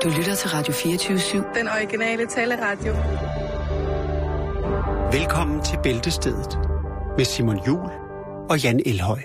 Du lytter til Radio 24/7. Den originale taleradio. Velkommen til Bæltestedet med Simon Juhl og Jan Elhøj.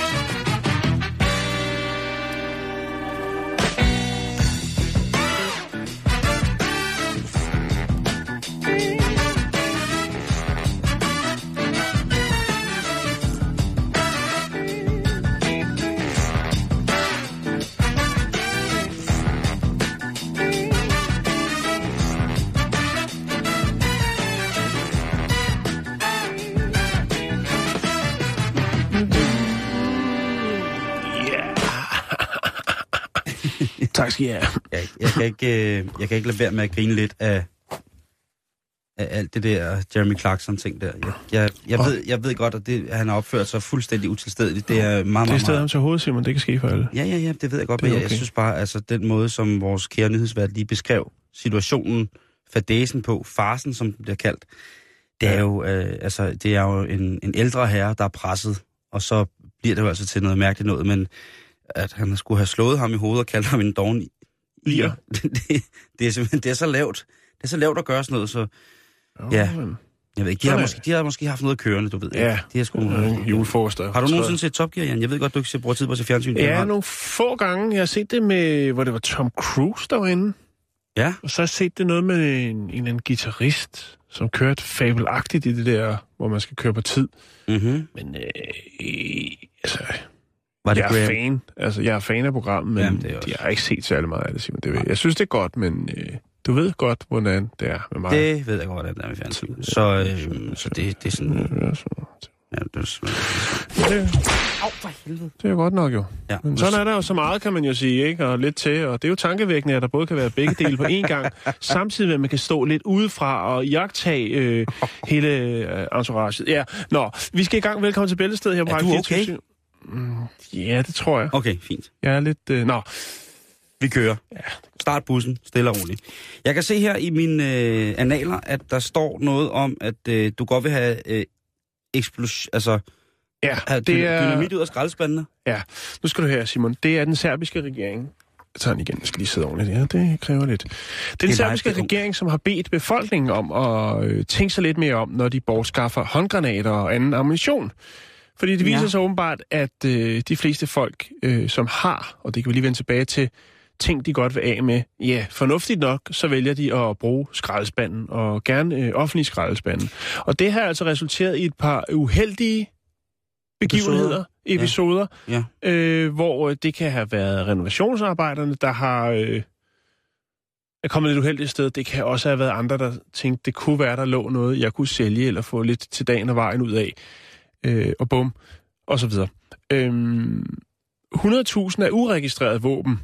Tak skal I have. Jeg kan ikke lade være med at grine lidt af alt det der Jeremy Clarkson-ting der. Jeg ved godt, at han har opført sig fuldstændig utilstedeligt. Det er meget. Det er stadig ham til hovedet, Simon. Det kan ske for alle. Ja, det ved jeg godt. Men okay. Jeg synes bare, altså den måde, som vores kære nyhedsvært lige beskrev situationen, fadæsen på, farsen, som den bliver kaldt, det er jo, en ældre herre, der er presset, og så bliver det jo altså til noget mærkeligt noget, men at han skulle have slået ham i hovedet og kaldt ham en doven lier. Det er simpelthen, det er så lavt. Det er så lavt at gøre sådan noget, så ja. Jeg ved ikke, de har måske haft noget kørende, du ved. Ja, de har sgu juleforster. Har du nogensinde set Top Gear, Jan? Jeg ved godt, du ikke bruger tid på at se fjernsyn. Ja, nogle få gange. Jeg har set det med, hvor det var Tom Cruise, der var inde. Ja. Og så har jeg set det noget med en eller anden guitarist, som kørte fabelagtigt i det der, hvor man skal køre på tid. Mm-hmm. Men jeg er fan af programmet, men jeg har ikke set særlig meget af det, Simon. Det jeg synes, det er godt, men du ved godt, hvordan det er med mig. Det ved jeg godt, hvordan det er med fjernsyn. Så det er sådan... Det er jo godt nok jo. Ja. Men sådan er der jo så meget, kan man jo sige, ikke? Og lidt til. Og det er jo tankevækkende, at der både kan være begge dele på én gang, samtidig med, at man kan stå lidt udefra og iagttage hele entouraget. Ja, vi skal i gang. Velkommen til Bæltestedet her på Radio 24. Ja, det tror jeg. Okay, fint. Jeg er lidt... Vi kører. Ja. Start bussen, stille og roligt. Jeg kan se her i mine analer, at der står noget om, at du godt vil have dynamit ud af skraldespandene. Ja, nu skal du høre, Simon. Det er den serbiske regering. Jeg tager den igen, jeg skal lige sidde ordentligt. Ja, det kræver lidt. Det er den serbiske regering, som har bedt befolkningen om at tænke sig lidt mere om, når de bortskaffer håndgranater og anden ammunition. Fordi det viser sig åbenbart, at de fleste folk, som har, og det kan vi lige vende tilbage til, ting de godt vil af med, ja, fornuftigt nok, så vælger de at bruge skraldespanden, og gerne offentlig skraldespanden. Og det har altså resulteret i et par uheldige begivenheder, episoder, hvor det kan have været renovationsarbejderne, der har er kommet lidt uheldigt sted. Det kan også have været andre, der tænkte, det kunne være, der lå noget, jeg kunne sælge, eller få lidt til dagen og vejen ud af. Og bum, og så videre. 100.000 er uregistrerede våben,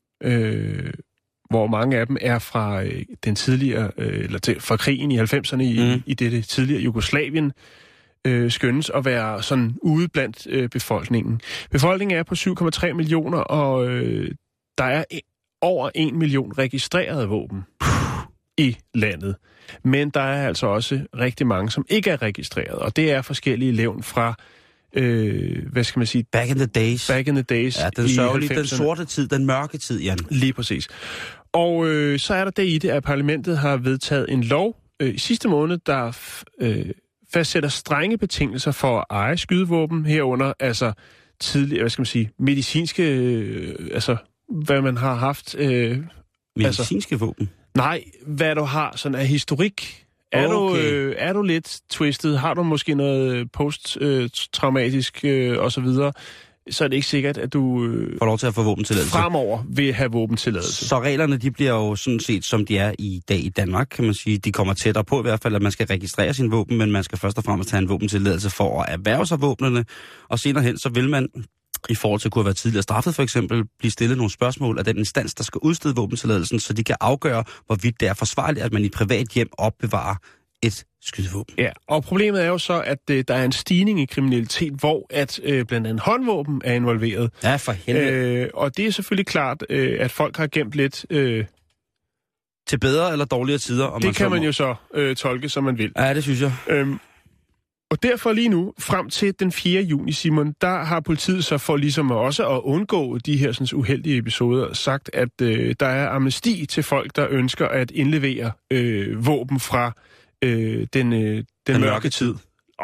hvor mange af dem er fra den tidligere, fra krigen i 90'erne i det tidligere Jugoslavien, skønnes at være sådan ude blandt befolkningen. Befolkningen er på 7,3 millioner, og der er over 1 million registrerede våben i landet. Men der er altså også rigtig mange, som ikke er registreret, og det er forskellige levn fra, hvad skal man sige? Back in the days. Back in the days. Ja, den sørgelige, den sorte tid, den mørke tid, Jan. Lige præcis. Og så er der det i det, at parlamentet har vedtaget en lov i sidste måned, der fastsætter strenge betingelser for at eje skydevåben, herunder altså tidligere, hvad skal man sige, medicinske, hvad man har haft. Medicinske våben? Nej, hvad du har sådan af historik. Er du lidt twisted? Har du måske noget posttraumatisk og så videre? Så er det ikke sikkert, at du får lov til at få våbentilladelse. Fremover vil have våbentilladelse. Så reglerne, de bliver jo sådan set, som de er i dag i Danmark, kan man sige. De kommer tættere på i hvert fald, at man skal registrere sin våben, men man skal først og fremmest have en våbentilladelse for at erhverve sig våbnene. Og senere hen, så vil man i forhold til at kunne have været tidligere straffet for eksempel, blive stillet nogle spørgsmål af den instans, der skal udstede våbentilladelsen, så de kan afgøre, hvorvidt det er forsvarligt, at man i privat hjem opbevarer et skydevåben. Ja, og problemet er jo så, at der er en stigning i kriminalitet, hvor at blandt andet håndvåben er involveret. Ja, for helvede. Og det er selvfølgelig klart, at folk har gemt lidt... til bedre eller dårligere tider. Det kan man jo så tolke, som man vil. Ja, det synes jeg. Og derfor lige nu, frem til den 4. juni, Simon, der har politiet så for ligesom også at undgå de her sådan, uheldige episoder, sagt, at der er amnesti til folk, der ønsker at indlevere våben fra den mørke tid.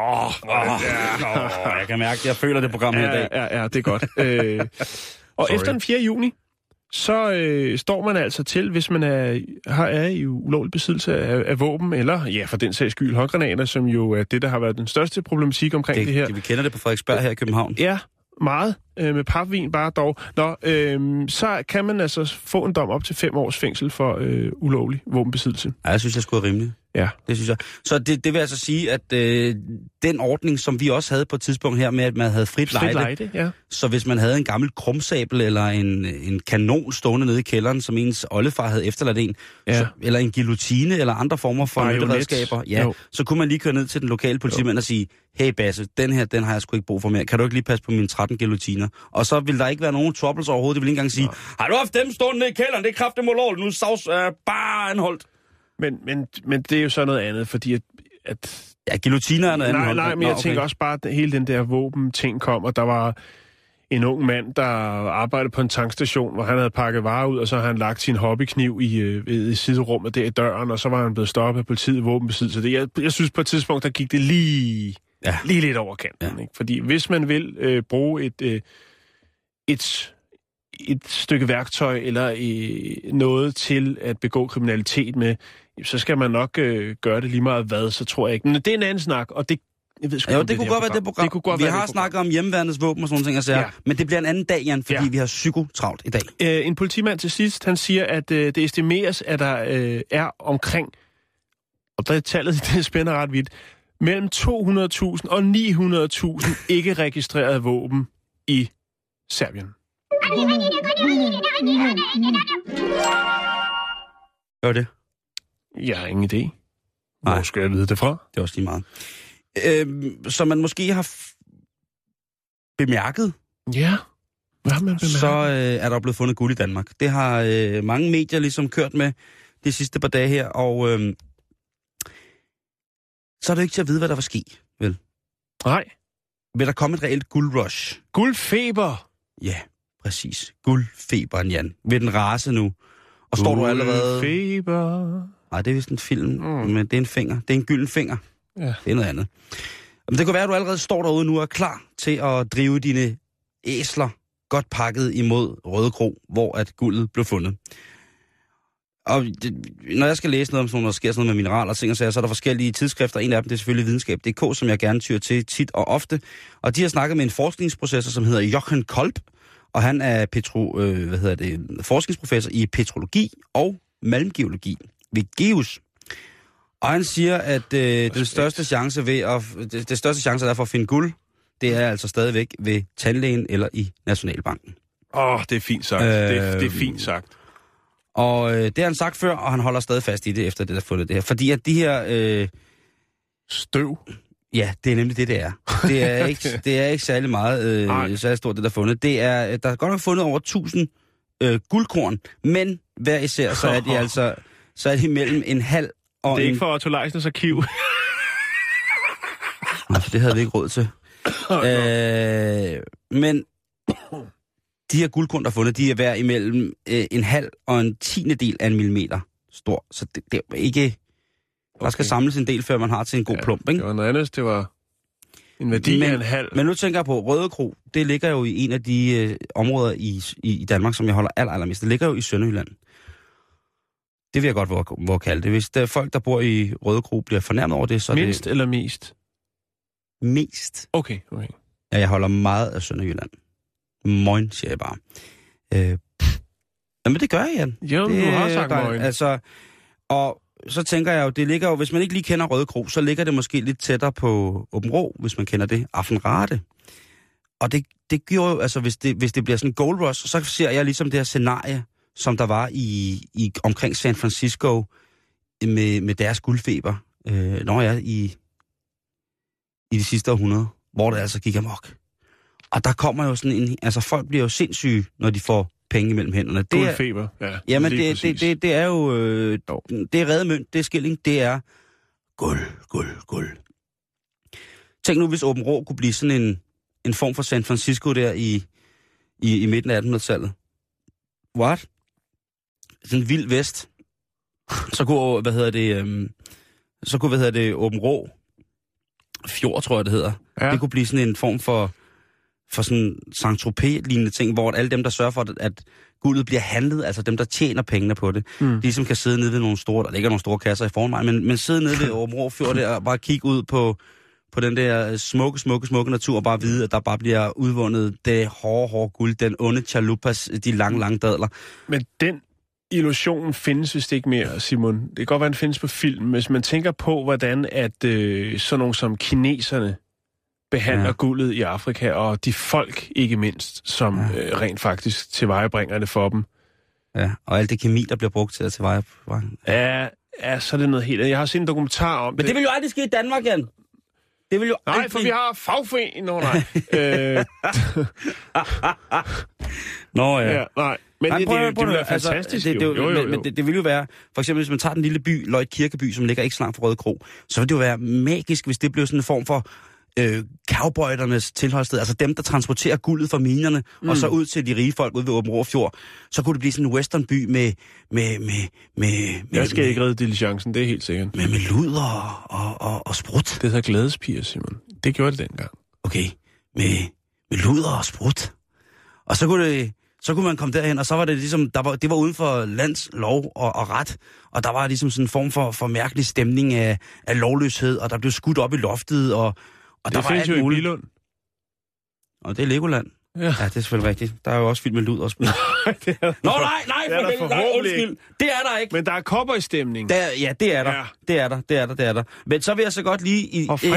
Jeg kan mærke, jeg føler det program her i dag. Ja, det er godt. Og efter den 4. juni, så står man altså til, hvis man er i ulovlig besiddelse af våben, eller ja, for den sags skyld håndgranater, som jo er det, der har været den største problematik omkring det her. Vi kender det på Frederiksberg her i København. Ja, meget. Med papvin bare dog. Så kan man altså få en dom op til 5 års fængsel for ulovlig våbenbesiddelse. Ja, jeg synes, jeg skulle være rimelig. Ja. Det synes jeg. Så det vil altså sige, at den ordning, som vi også havde på et tidspunkt her med, at man havde frit lejde, ja. Så hvis man havde en gammel krumsabel eller en kanon stående nede i kælderen, som ens oldefar havde efterladt en, eller en guillotine eller andre former for redskaber, så kunne man lige køre ned til den lokale politimand og sige, hey Basse, den har jeg sgu ikke brug for mere. Kan du ikke lige passe på mine 13 guillotiner? Og så vil der ikke være nogen troubles overhovedet. Det vil ikke engang sige, har du haft dem stående nede i kælderen? Det er kraftedeme ulovligt. Nu savs bare anholdt. Men det er jo så noget andet, fordi at ja, guillotiner er noget andet. Nej, men jeg tænker også bare, at hele den der våben-ting kom, og der var en ung mand, der arbejdede på en tankstation, hvor han havde pakket varer ud, og så havde han lagt sin hobbykniv i siderummet der i døren, og så var han blevet stoppet af politiet i våbenbesiddelse. Jeg synes på et tidspunkt, der gik det lige lidt over kanten. Ikke? Fordi hvis man vil bruge et stykke værktøj eller noget til at begå kriminalitet med, så skal man nok gøre det lige meget hvad, så tror jeg ikke. Men det er en anden snak, og det... Jeg ved sgu, det kunne godt være det program. Vi har snakket om hjemmeværendets våben og sådan ting, men det bliver en anden dag, Jan, fordi vi har psykotravlt i dag. En politimand til sidst, han siger, at det estimeres, at der er omkring, og der er tallet, det spænder ret vidt, mellem 200.000 og 900.000 ikke registrerede våben i Serbien. Hvad var det? Jeg har ingen idé. Hvor skal jeg vide det fra? Det er også lige meget. Som man måske har bemærket. Ja, hvad har man bemærket? Så er der blevet fundet guld i Danmark. Det har mange medier ligesom kørt med de sidste par dage her, og så er det ikke til at vide, hvad der var sket, vel? Nej. Vil der komme et reelt guldrush? Guldfeber? Ja, præcis. Guldfeberen, Jan. Vil den rase nu? Og står du allerede... Guldfeber... Nej, det er vist en film, men det er en finger. Det er en gylden finger. Ja. Det er noget andet. Men det kan være, at du allerede står derude nu og er klar til at drive dine æsler godt pakket imod Røde Kro, hvor at guldet blev fundet. Og når jeg skal læse noget om sådan noget, der sker sådan noget med mineraler og ting og sager, så er der forskellige tidsskrifter. En af dem det er selvfølgelig videnskab.dk, som jeg gerne tyr til tit og ofte. Og de har snakket med en forskningsprofessor, som hedder Jochen Kolb, og han er forskningsprofessor i petrologi og malmgeologi ved GEUS. Og han siger, at det største chance der for at finde guld, det er altså stadigvæk ved tandlægen eller i Nationalbanken. Det er fint sagt. Det er fint sagt. Og det har han sagt før, og han holder stadig fast i det, efter det, der fundet det her. Fordi at de her... støv? Ja, det er nemlig det er. Det er ikke særlig meget særlig stort, det der er fundet. Der er godt nok fundet over 1000 guldkorn, men hver især, så er de altså... Så er de mellem en halv og det er ikke for Otto Leisners arkiv. Det havde vi ikke råd til. Men de her guldkorn, der er fundet, de er hver imellem en halv og en tiendedel af en millimeter stor. Så det er ikke... Der skal samles en del, før man har til en god plump, ikke? Det var noget andet, det var en værdi af en halv. Men nu tænker jeg på, Røde Kro, det ligger jo i en af de områder i Danmark, som jeg holder allermest. Det ligger jo i Sønderjylland. Det vil jeg godt våge kalde det. Hvis der er folk, der bor i Røde Kro, bliver fornærmet over det, så mindst eller mest? Mest. Okay. Ja, jeg holder meget af Sønderjylland. Moin, siger jeg bare. Jamen, det gør jeg, Jan. Jo, du har sagt moin. Altså, og så tænker jeg jo, det ligger jo, hvis man ikke lige kender Røde Kro, så ligger det måske lidt tættere på Åben Rå, hvis man kender det, Aftenrate. Og det gjorde jo, altså hvis det bliver sådan en gold rush, så ser jeg ligesom det her scenarie, som der var i omkring San Francisco med deres guldfeber, i de sidste århundrede, hvor det altså gik amok. Og der kommer jo sådan en... Altså, folk bliver jo sindssyge, når de får penge imellem hænderne. Guldfeber, ja. Jamen, det er jo... det er redemønt, det er skilling, det er guld. Tænk nu, hvis Åben Rå kunne blive sådan en form for San Francisco der i midten af 1800-tallet. What? Sådan en vild vest. Så kunne, Åben Rå Fjord, tror jeg, det hedder. Ja. Det kunne blive sådan en form for sådan Saint-Tropez-lignende ting, hvor alle dem, der sørger for, at guldet bliver handlet, altså dem, der tjener pengene på det, de som kan sidde nede ved nogle store, der ligger nogle store kasser i forvejen, men sidde nede ved Åben Rå Fjord der og bare kigge ud på den der smukke natur, og bare vide, at der bare bliver udvundet det hårde guld, den onde chalupas, de lange dadler. Men den illusion findes vist ikke mere, Simon. Det kan godt være, den findes på film. Hvis man tænker på, hvordan at sådan nogle som kineserne behandler guldet i Afrika, og de folk, ikke mindst, som rent faktisk tilvejebringer det for dem. Ja, og alt det kemi, der bliver brugt til at tilvejebringe. Ja, så er det noget helt. Jeg har set en dokumentar om det. Men det vil jo aldrig ske i Danmark, Jan. Det vil jo nej, aldrig... for vi har fagforening. Nå, nej. Nå, ja. Nej. Men det vil være fantastisk, det vil jo være... For eksempel, hvis man tager den lille by, Løjt Kirkeby, som ligger ikke så langt fra Røde Kro, så vil det jo være magisk, hvis det blev sådan en form for cowboydernes tilholdssted. Altså dem, der transporterer guldet fra minerne, og så ud til de rige folk ude ved Åben Rå Fjord. Så kunne det blive sådan en westernby med jeg skal ikke redde diligencen, det er helt sikkert. Med luder og sprut. Det hedder glædespiger, Simon. Det gjorde det dengang. Okay, med luder og sprut. Og så kunne man komme derhen, og så var det ligesom, det var uden for lands lov og ret, og der var ligesom sådan en form for mærkelig stemning af lovløshed, og der blev skudt op i loftet, og det der var findes jo i Billund. Og det er Legoland. Ja, det er selvfølgelig rigtigt. Der er jo også film med lud og spil. Nej, undskyld. Det er der ikke. Men der er cowboy-stemning. Ja, det er der. Ja. Det er der. Men så vil jeg så godt lige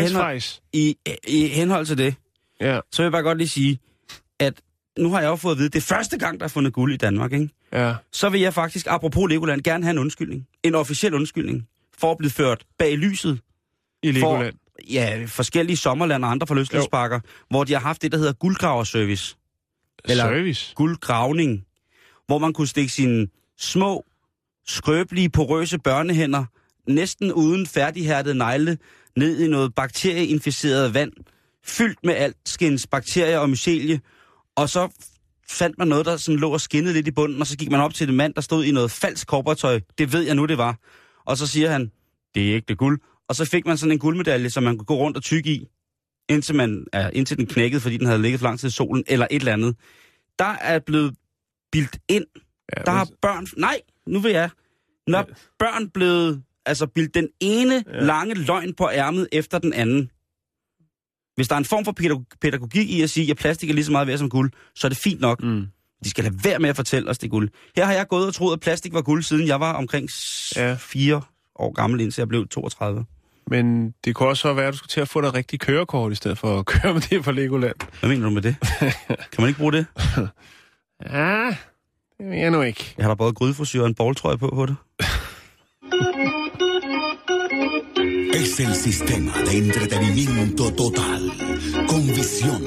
i henhold til det, så vil jeg bare godt lige sige, at nu har jeg jo fået at vide, det er første gang, der er fundet guld i Danmark, ikke? Ja. Så vil jeg faktisk, apropos Legoland, gerne have en undskyldning. En officiel undskyldning. For at blive ført bag lyset. I Legoland? Forskellige sommerland og andre forlystelsesparker, hvor de har haft det, der hedder guldgraverservice. Eller guldgravning. Hvor man kunne stikke sine små, skrøbelige, porøse børnehænder, næsten uden færdighærdede negle, ned i noget bakterieinficeret vand, fyldt med alskens bakterier og mycelie, og så fandt man noget, der sådan lå og skinnede lidt i bunden, og så gik man op til en mand, der stod i noget falsk kobbertøj. Det ved jeg nu, det var. Og så siger han, det er ikke det guld. Og så fik man sådan en guldmedalje, som man kunne gå rundt og tygge i, indtil den knækkede, fordi den havde ligget for lang tid i solen, eller et eller andet. Der er blevet bildt ind. Ja, der har børn... Nej, nu vil jeg. Når børn blevet bildt den ene lange løgn på ærmet efter den anden. Hvis der er en form for pædagogik i at sige, at plastik er lige så meget værd som guld, så er det fint nok. De skal lade være med at fortælle os, det er guld. Her har jeg gået og troet, at plastik var guld, siden jeg var omkring 4 år gammel, indtil jeg blev 32. Men det kunne også være, at du skulle til at få dig rigtig kørekort, i stedet for at køre med det fra Legoland. Hvad mener du med det? Kan man ikke bruge det? Ja, det ved jeg nu ikke. Jeg har da både grydefrisyr og en balltrøje på det. Es el sistema de entretenimiento total, con visión,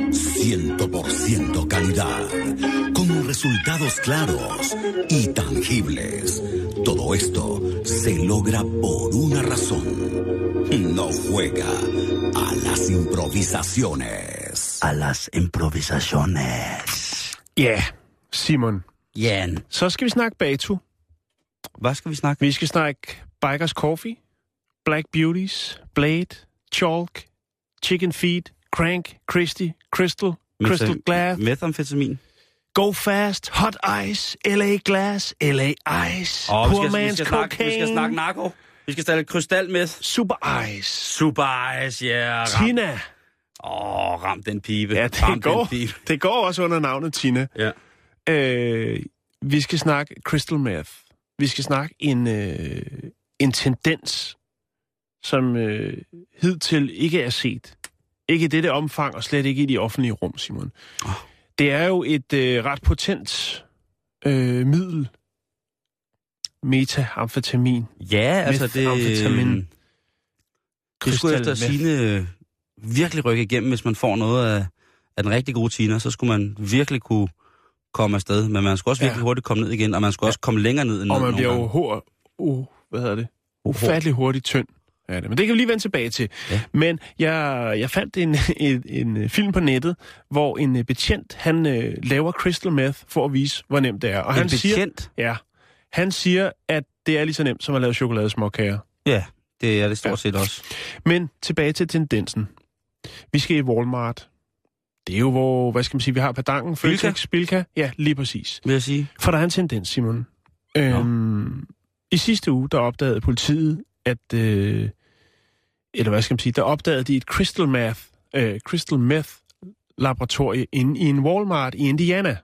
100% calidad, con resultados claros y tangibles. Todo esto se logra por una razón. No juega a las improvisaciones. A las improvisaciones. Ja, Simon. Jan. Så skal vi snakke Batu. Hvad skal vi snakke? Vi skal snakke Bikers Coffee, Black Beauties, Blade, Chalk, Chicken Feet, Crank, Christie, Crystal Glass, Methamfetamin. Go Fast, Hot Ice, LA Glass, LA Ice, Poor Man's Cocaine. Vi skal snakke narko. Vi skal snakke krystal med. Super Ice. Super Ice, ja. Tina. Ram den pibe. Ja, det går også under navnet Tina. Ja. Vi skal snakke Crystal Meth. Vi skal snakke en tendens, som hidtil ikke er set. Ikke i dette omfang, og slet ikke i de offentlige rum, Simon. Det er jo et ret potent middel. Metamfetamin. Ja, altså det... Det skulle efter sine virkelig rykke igennem, hvis man får noget af den rigtig gode Tina, så skulle man virkelig kunne komme afsted. Men man skulle også virkelig hurtigt komme ned igen, og man skulle også komme længere ned. Og man bliver jo ufattelig hurtigt tynd. er det. Men det kan vi lige vende tilbage til. Ja. Men jeg fandt en film på nettet, hvor en betjent, han laver crystal meth for at vise, hvor nemt det er. Og han betjent? Han siger, at det er lige så nemt som at lave chokoladesmåkager. Ja, det er det stort set også. Men tilbage til tendensen. Vi skal i Walmart. Det er jo, hvor, hvad skal man sige, vi har Padangen, Føtex, Bilka. Ja, lige præcis. Vil jeg sige. For der er en tendens, Simon. I sidste uge, der opdagede politiet, at, eller hvad skal man sige, der opdagede de et crystal meth laboratorie inde i en Walmart i Indiana.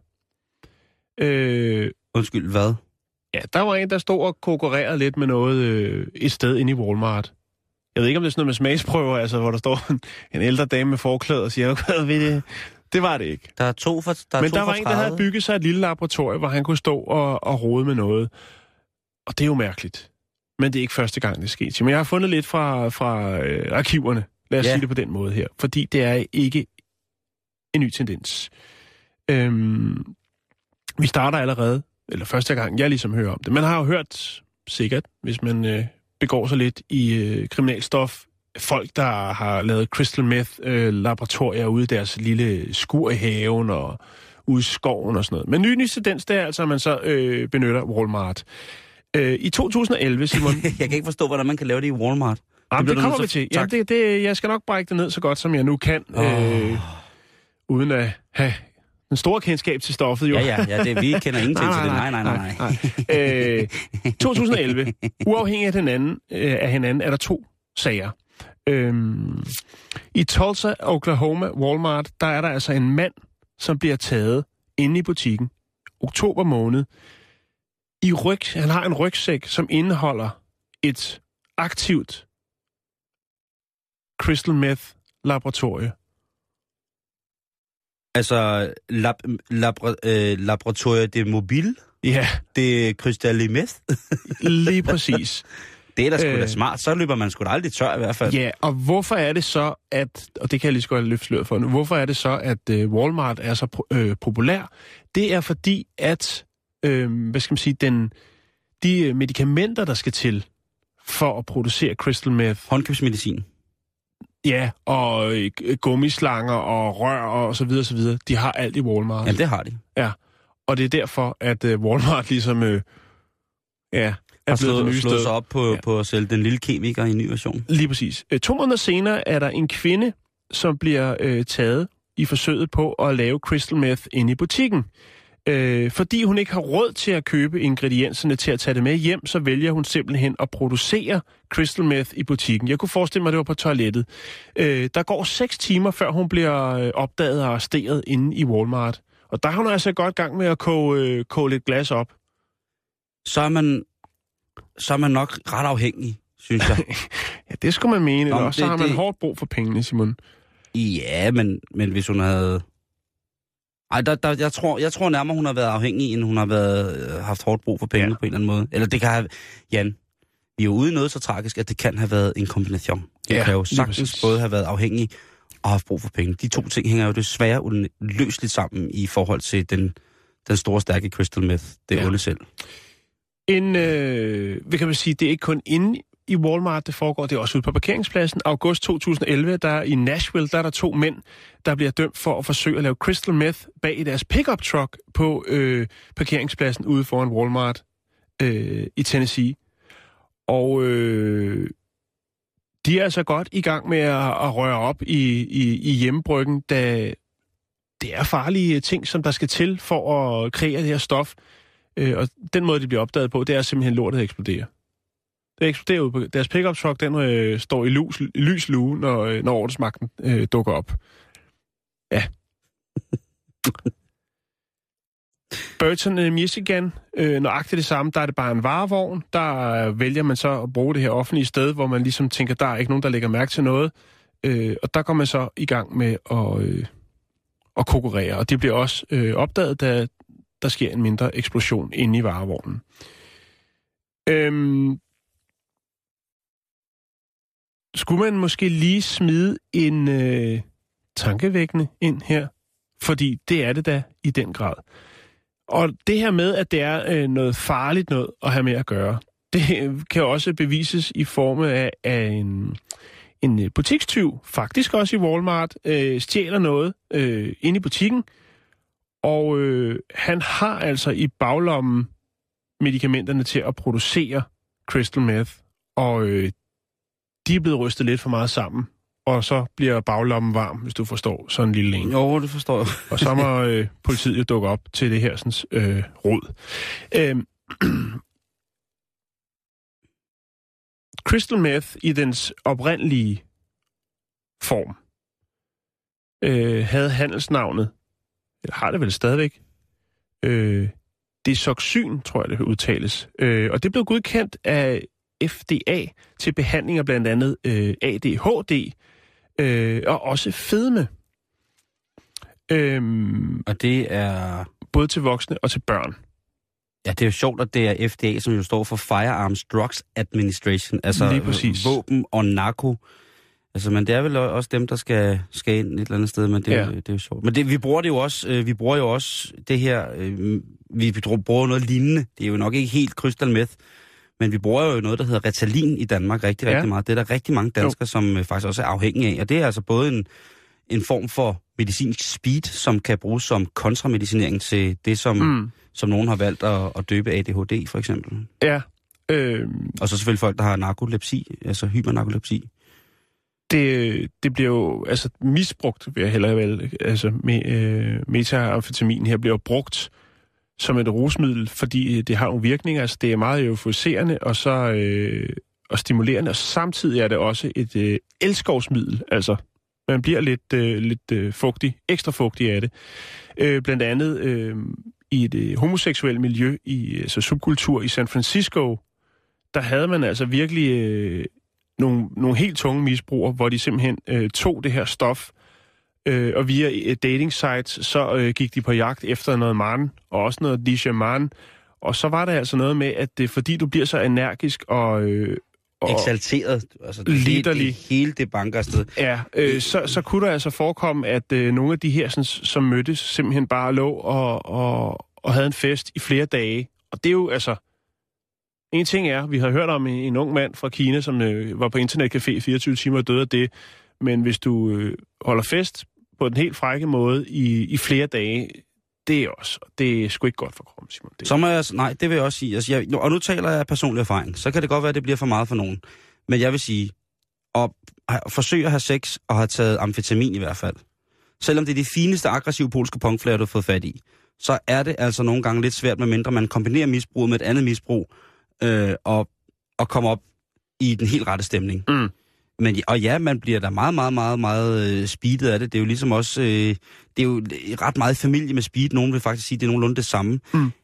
Undskyld, hvad? Ja, der var en, der stod og konkurrerede lidt med noget et sted inde i Walmart. Jeg ved ikke, om det er sådan noget med smagsprøver, altså, hvor der står en ældre dame med forklæde og siger, hvad ved det? Det var det ikke. Der er to for 30. Men der var en, der havde bygget sig et lille laboratorium, hvor han kunne stå og rode med noget. Og det er jo mærkeligt. Men det er ikke første gang, det er sket. Men jeg har fundet lidt fra arkiverne. Lad os sige det på den måde her. Fordi det er ikke en ny tendens. Vi starter allerede, eller første gang, jeg ligesom hører om det. Man har jo hørt, sikkert, hvis man begår sig lidt i kriminalstof, folk, der har lavet crystal meth laboratorier ude i deres lille skur i haven og ude i skoven og sådan noget. Men ny tendens, det er altså, at man så benytter Walmart. I 2011, Simon... Jeg kan ikke forstå, hvordan man kan lave det i Walmart. Det kommer vi til. Ja, jeg skal nok brække det ned så godt, som jeg nu kan, uden at have en stor kendskab til stoffet, jo. Ja, det, vi kender ingenting til det. Nej. 2011. Uafhængig af hinanden er der 2 sager. I Tulsa, Oklahoma, Walmart, der er der altså en mand, som bliver taget inde i butikken. Oktober måned. Han har en rygsæk, som indeholder et aktivt crystal meth laboratorie. Altså, laboratorier de mobile? Ja. Det crystal meth? Lige præcis. Det er da sgu da smart. Så løber man sgu da aldrig tør i hvert fald. Ja, og hvorfor er det så, og det kan jeg lige så godt løfte sløret for nu, hvorfor er det så, at Walmart er så populær? Det er fordi, at hvad skal man sige, de medicamenter, der skal til for at producere crystal meth. Håndkøbsmedicin. Ja, og gummislanger og rør og så videre, de har alt i Walmart. Ja, det har de. Ja, og det er derfor, at Walmart ligesom, har slået sig op på at sælge den lille kemiker i en ny version. Lige præcis. 2 måneder senere er der en kvinde, som bliver taget i forsøget på at lave crystal meth inde i butikken. Fordi hun ikke har råd til at købe ingredienserne til at tage det med hjem, så vælger hun simpelthen at producere crystal meth i butikken. Jeg kunne forestille mig, at det var på toilettet. Der går 6 timer, før hun bliver opdaget og arresteret inde i Walmart. Og der har hun altså godt gang med at koge lidt glas op. Så er man nok ret afhængig, synes jeg. Ja, det skulle man mene. Og så har man hårdt brug for pengene, Simon. Ja, men hvis hun havde... Ej, jeg tror nærmere, hun har været afhængig, end hun har haft hårdt brug for penge på en eller anden måde. Eller det kan have... Jan, vi er jo ude i noget så tragisk, at det kan have været en kombination. Det kan jo sagtens både have været afhængig og haft brug for penge. De 2 ting hænger jo desværre uløseligt sammen i forhold til den store, stærke crystal meth. Det onde selv. Hvad kan man sige, det er ikke kun inde i Walmart, det foregår, det er også ude på parkeringspladsen. August 2011, der i Nashville, der er der 2 mænd, der bliver dømt for at forsøge at lave crystal meth bag i deres pickup truck på parkeringspladsen ude foran Walmart i Tennessee. Og de er altså godt i gang med at røre op i hjemmebryggen, da det er farlige ting, som der skal til for at kreere det her stof. Og den måde, de bliver opdaget på, det er simpelthen lortet eksploderer. Det eksploderer ud på deres pickup truck, den står i lys lue, når ordensmagten dukker op. Ja. Burton, Michigan, nøjagtigt det samme. Der er det bare en varevogn. Der vælger man så at bruge det her offentlige sted, hvor man ligesom tænker, der er ikke nogen, der lægger mærke til noget. Og der går man så i gang med at konkurrere. Og det bliver også opdaget, da der sker en mindre eksplosion inde i varevognen. Skulle man måske lige smide en tankevækkende ind her? Fordi det er det da i den grad. Og det her med, at det er noget farligt noget at have med at gøre, Det kan også bevises i form af en butikstyv, faktisk også i Walmart, stjæler noget inde i butikken, og han har altså i baglommen medikamenterne til at producere crystal meth, og de er blevet rystet lidt for meget sammen, og så bliver baglommen varm, hvis du forstår sådan en lille en. Jo, det forstår jeg. Og så må politiet jo dukke op til det her sådan, rod. Crystal meth i dens oprindelige form havde handelsnavnet, eller har det vel stadigvæk, Desoxyn, tror jeg det udtales. Og det blev godkendt af FDA til behandling af blandt andet ADHD og også fedme. Og det er... Både til voksne og til børn. Ja, det er jo sjovt, at det er FDA, som jo står for Firearms Drugs Administration. Altså lige præcis. Våben og narko. Altså, men det er vel også dem, der skal ind et eller andet sted, men det er jo sjovt. Men vi bruger jo også det her, vi bruger noget lignende. Det er jo nok ikke helt crystal meth, men vi bruger jo noget, der hedder Ritalin i Danmark rigtig meget. Det er der rigtig mange danskere, som faktisk også er afhængige af. Og det er altså både en form for medicinsk speed, som kan bruges som kontramedicinering til det, som nogen har valgt at døbe ADHD, for eksempel. Ja. Og så selvfølgelig folk, der har narkolepsi, altså hypernarkolepsi. Det bliver jo altså misbrugt, vil jeg hellere vel. Altså metamfetamin her bliver brugt som et rusmiddel, fordi det har nogle virkninger. Altså det er meget euforiserende og så og stimulerende, og samtidig er det også et elskovsmiddel. Altså man bliver lidt fugtig, ekstra fugtig af det. Blandt andet i et homoseksuelt miljø, i subkultur i San Francisco, der havde man altså virkelig nogle helt tunge misbrugere, hvor de simpelthen tog det her stof, og via dating sites, så gik de på jagt efter noget man, og også noget dijaman, og så var der altså noget med, at det fordi du bliver så energisk og eksalteret, altså hele det banker afsted. Ja, så kunne der altså forekomme, at nogle af de her, sådan, som mødtes, simpelthen bare lå og havde en fest i flere dage. Og det er jo altså... En ting er, vi har hørt om en ung mand fra Kina, som var på internetcafé 24 timer og døde af det. Men hvis du holder fest på den helt frække måde i flere dage, det er sgu ikke godt for kroppen, Simon. Så må jeg, nej, det vil jeg også sige. Altså, og nu taler jeg af personlig erfaring. Så kan det godt være, at det bliver for meget for nogen. Men jeg vil sige, at forsøge at have sex og have taget amfetamin i hvert fald. Selvom det er de fineste aggressive polske punkflager, du har fået fat i, så er det altså nogle gange lidt svært, medmindre man kombinerer misbruget med et andet misbrug, og kommer op i den helt rette stemning. Men, og ja, man bliver da meget, meget, meget, meget speedet af det. Det er jo ligesom også... det er jo ret meget familie med speed. Nogen vil faktisk sige, at det er nogenlunde det samme.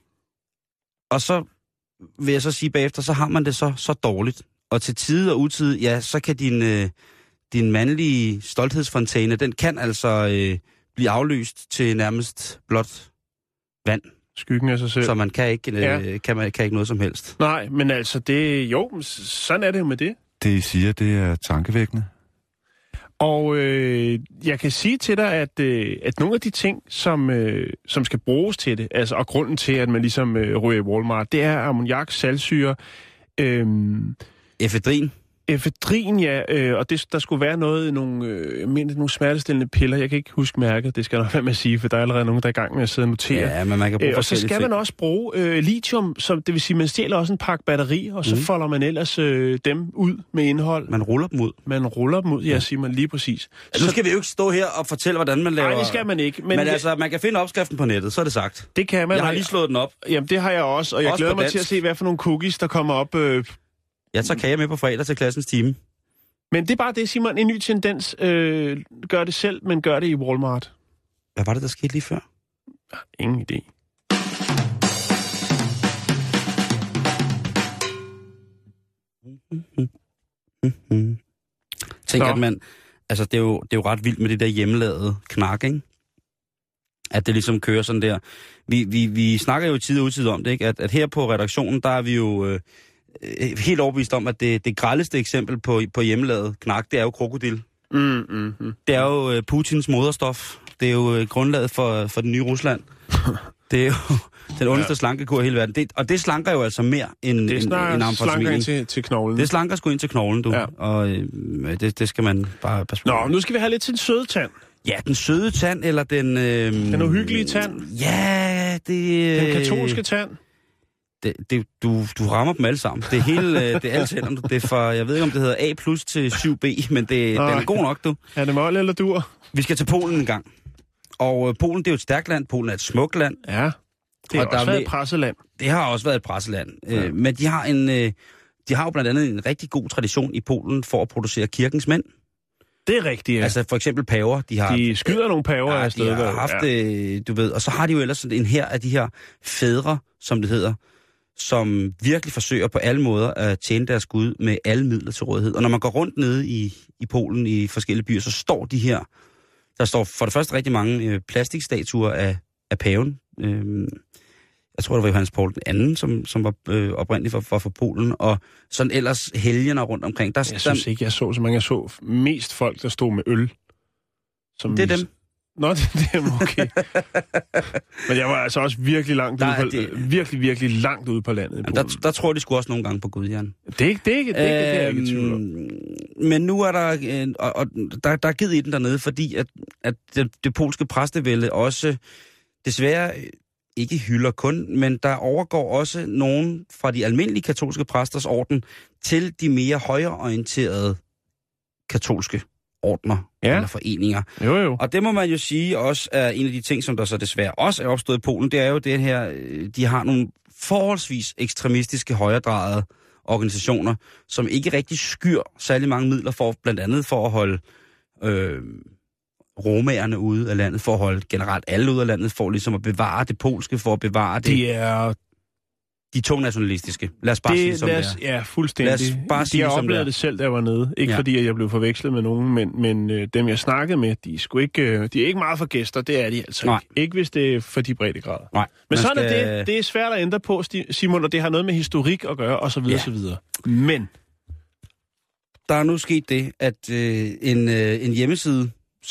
Og så vil jeg så sige bagefter, så har man det så dårligt. Og til tide og utid, ja, så kan din mandlige stolthedsfontæne, den kan altså blive afløst til nærmest blot vand. Skyggen af sig selv. Så man kan ikke, kan ikke noget som helst. Nej, men altså sådan er det jo med det. Det I siger, det er tankevækkende. Og jeg kan sige til dig, at nogle af de ting, som skal bruges til det, altså og grunden til, at man ligesom ryger i Walmart, det er ammoniak, saltsyre, efedrin. Efedrin, ja, og der skulle være nogle smertestillende piller. Jeg kan ikke huske mærket, det skal nok være med at sige, for der er allerede nogen, der er i gang med at sidde og notere. Ja, men man kan bruge og så skal man også bruge lithium, det vil sige, man stjæler også en pakke batterier, og så folder man ellers dem ud med indhold. Man ruller dem ud. Ja, siger man lige præcis. Nu skal vi jo ikke stå her og fortælle, hvordan man laver... Nej, det skal man ikke. Men altså, man kan finde opskriften på nettet, så er det sagt. Det kan man. Jeg har lige slået den op. Jamen, det har jeg også, og jeg glæder mig til at se, hvad for nogle cookies, der kommer op... Jeg tager kage med på fredag til klassens time. Men det er bare det, Simon. En ny tendens. Gør det selv, men gør det i Walmart. Hvad var det, der skete lige før? Ingen idé. Tænk, at man... Altså, det er jo ret vildt med det der hjemmelavede knak, ikke? At det ligesom kører sådan der. Vi snakker jo i tid og utid om det, ikke? At her på redaktionen, der er vi jo... helt overbevist om, at det grelleste eksempel på hjemmelavet knak, det er jo krokodil. Det er jo Putins moderstof. Det er jo grundlaget for den nye Rusland. Det er jo den ondeste slankekur i hele verden. Og det slanker jo altså mere end slanker til knoglen. Det slanker sgu ind til knoglen, du. Ja. Og det skal man bare passe på. Nå, nu skal vi have lidt til den søde tand. Ja, den søde tand, eller den... Den uhyggelige tand. Ja, det... Den katolske tand. Du rammer dem alle sammen. Det er hele... det er alle tænderne. Det er fra... Jeg ved ikke, om det hedder A+ til 7B, men den er god nok, du. Er det mål eller dur? Vi skal til Polen en gang. Og Polen, det er jo et stærkt land. Polen er et smukt land. Ja, det har også været et presseland. Det har også været et presseland. Ja. Men de har jo blandt andet en rigtig god tradition i Polen for at producere kirkens mænd. Det er rigtigt, ja. Altså for eksempel paver. De skyder nogle paver afsted. De har haft, du ved. Og så har de jo ellers en her af de her fædre, som det hedder, som virkelig forsøger på alle måder at tjene deres Gud med alle midler til rådighed. Og når man går rundt nede i Polen i forskellige byer, så står de her. Der står for det første rigtig mange plastikstatuer af paven. Jeg tror, det var Johannes Paul II, som var oprindeligt for Polen. Og sådan ellers helgener rundt omkring. Jeg synes ikke, jeg så så mange. Jeg så mest folk, der stod med øl. Det er dem. Nå, det er dem, okay. Men jeg var altså også virkelig langt ude på, virkelig langt ude på landet i Polen. Der tror de sgu også nogle gange på Gud, Jan. Det er ikke tvivl om. Men nu er der, der er givet i den dernede, fordi at det polske præstevælde også desværre ikke hylder kun, men der overgår også nogen fra de almindelige katolske præsters orden til de mere højreorienterede katolske ordner eller foreninger. Jo. Og det må man jo sige også er en af de ting, som der så desværre også er opstået i Polen, det er jo det her, de har nogle forholdsvis ekstremistiske højredrejede organisationer, som ikke rigtig skyr særlig mange midler for, blandt andet for at holde romaerne ude af landet, for at holde generelt alle ude af landet, for ligesom at bevare det polske, for at bevare det. De to nationalistiske. Lad os bare sige som det er. Ja, fuldstændig. De har oplevet det selv, da jeg var nede. Ikke fordi, at jeg blev forvekslet med nogen, men dem, jeg snakkede med, de er ikke meget for gæster. Det er de altså ikke. Ikke hvis det er for de brede grader. Nej. Men sådan er det. Det er svært at ændre på, Simon, og det har noget med historik at gøre, og så videre, så videre. Men der er nu sket det, at en hjemmeside,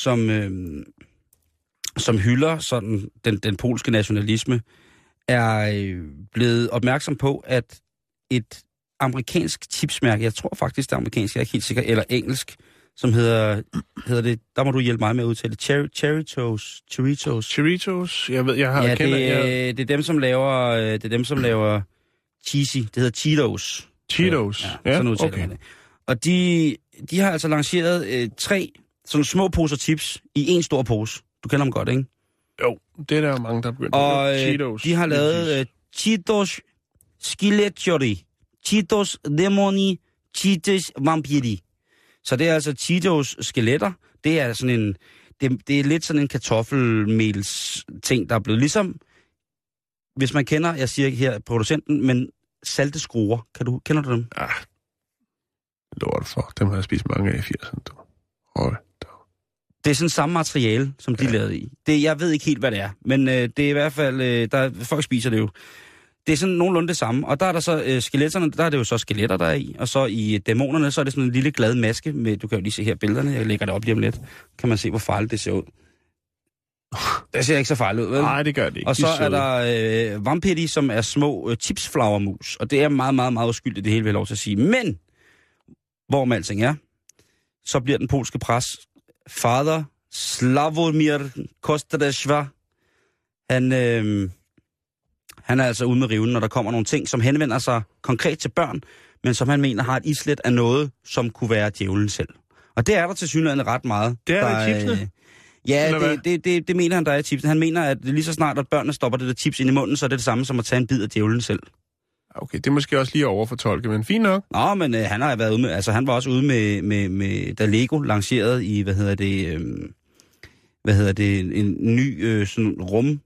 som hylder sådan den polske nationalisme, er blevet opmærksom på, at et amerikansk tipsmærke, jeg tror faktisk det er amerikansk, jeg er ikke helt sikker, eller engelsk, som hedder det, der må du hjælpe mig med at udtale det, Cheritos. Jeg ved, jeg har det er dem, som laver cheesy, det hedder Cheetos. Cheetos, sådan udtaler man det. Og de har altså lanceret 3 sådan små poser chips i en stor pose. Du kender dem godt, ikke? Jo, det er der mange, der er begyndt. Og Cheetos. De har lavet Cheetos Skeletori, Cheetos Demoni, Cheetos Vampiri. Så det er altså Cheetos skeletter. Det er sådan det er lidt sådan en kartoffelmels ting, der er blevet ligesom, hvis man kender, jeg siger ikke her producenten, men salte skruer. Kender du dem? Ja, lort for. Dem har jeg spist mange af i 80'erne. Det er sådan samme materiale, som de lavede i. Jeg ved ikke helt, hvad det er, men det er i hvert fald, folk spiser det jo. Det er sådan nogenlunde det samme, og der er der så skeletterne, der er det jo så skeletter, der er i, og så i dæmonerne, så er det sådan en lille glad maske med, du kan jo lige se her billederne, jeg lægger det op lige om lidt, kan man se, hvor farligt det ser ud. Det ser ikke så farligt ud, vel? Nej, det gør det ikke. Og så er der vampiri, som er små tipsflagermus, og det er meget, meget, meget uskyldigt, det hele vil jeg lov til at sige. Men, hvor med alting er, så bliver den polske præst, Fader Slavomir Kostadeshva, han er altså ude med riven, når der kommer nogle ting, som henvender sig konkret til børn, men som han mener har et islet af noget, som kunne være djævlen selv. Og det er der tilsyneladende ret meget. Det er der chipsene? Ja, det mener han, der er i chipsene. Han mener, at lige så snart, at børnene stopper det der chips ind i munden, så er det det samme som at tage en bid af djævlen selv. Okay, det er måske også lige at overfortolke, men fint nok. Nå, men han har været ude med, altså han var også ude med da Lego lancerede i, en ny sådan rum,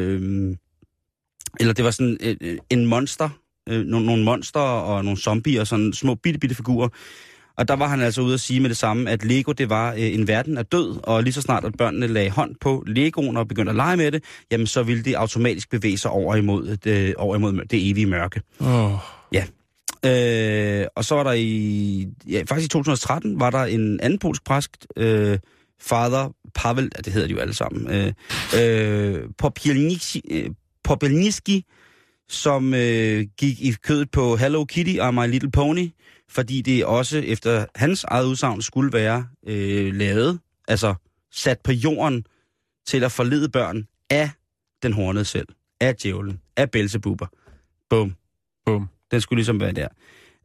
eller det var sådan en monster, nogle monster og nogle zombier og sådan små bitte figurer. Og der var han altså ude at sige med det samme, at Lego, det var en verden af død, og lige så snart, at børnene lagde hånd på Legoen og begyndte at lege med det, jamen så ville det automatisk bevæge sig over imod det evige mørke. Ja. Og så var der faktisk i 2013, var der en anden polsk præst, Fader Pavel, det hedder de jo alle sammen, Popelniski, som gik i kødet på Hello Kitty og My Little Pony, fordi det også efter hans eget udsagn skulle være lavet, altså sat på jorden til at forlede børn af den hornede selv, af djævlen, af Belzebubber. Bum. Bum. Den skulle ligesom være der.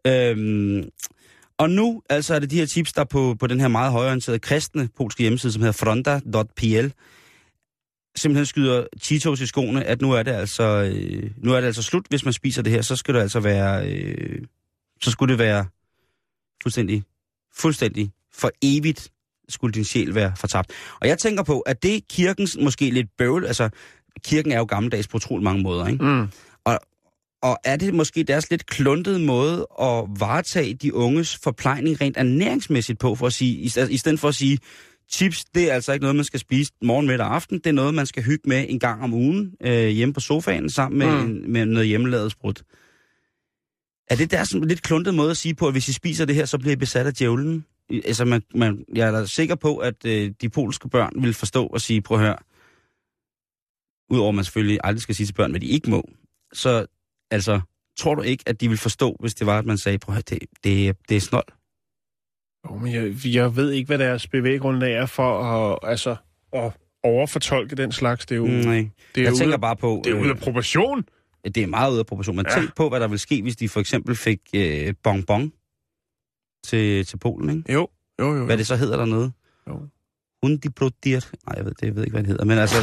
Og nu altså er det de her tips, der på den her meget højorienterede kristne polske hjemmeside, som hedder fronda.pl, simpelthen skyder Cheetos i skoene, at nu er det altså slut, hvis man spiser det her, så skal det altså være, så skulle det være fuldstændig for evigt skulle din sjæl være fortabt. Og jeg tænker på, at det er kirkens måske lidt bøvl, altså kirken er jo gammeldags på utrolig mange måder, ikke? Mm. Og er det måske deres lidt kluntede måde at varetage de unges forplejning rent ernæringsmæssigt på, for at sige, i stedet for at sige, chips, det er altså ikke noget, man skal spise morgen, middag og aften. Det er noget, man skal hygge med en gang om ugen hjemme på sofaen sammen med noget hjemmelavet sprut. Er det der sådan lidt kluntet måde at sige på, at hvis I spiser det her, så bliver I besat af djævlen? Altså, jeg er da sikker på, at de polske børn vil forstå og sige, prøv at høre, udover man selvfølgelig aldrig skal sige til børn, hvad de ikke må, så altså, tror du ikke, at de vil forstå, hvis det var, at man sagde, prøv at høre, det er snold? Jo, men jeg ved ikke, hvad deres bevæggrundlag er for at overfortolke den slags. Det er jo, nej. Jeg tænker bare på... Det er ude af proportion. Det er meget ude af proportion. Men tænk på, hvad der vil ske, hvis de for eksempel fik bonbon til Polen, ikke? Jo. Hvad det så hedder dernede? Jo. Hundibrodier. Nej, jeg ved ikke, hvad det hedder. Men altså...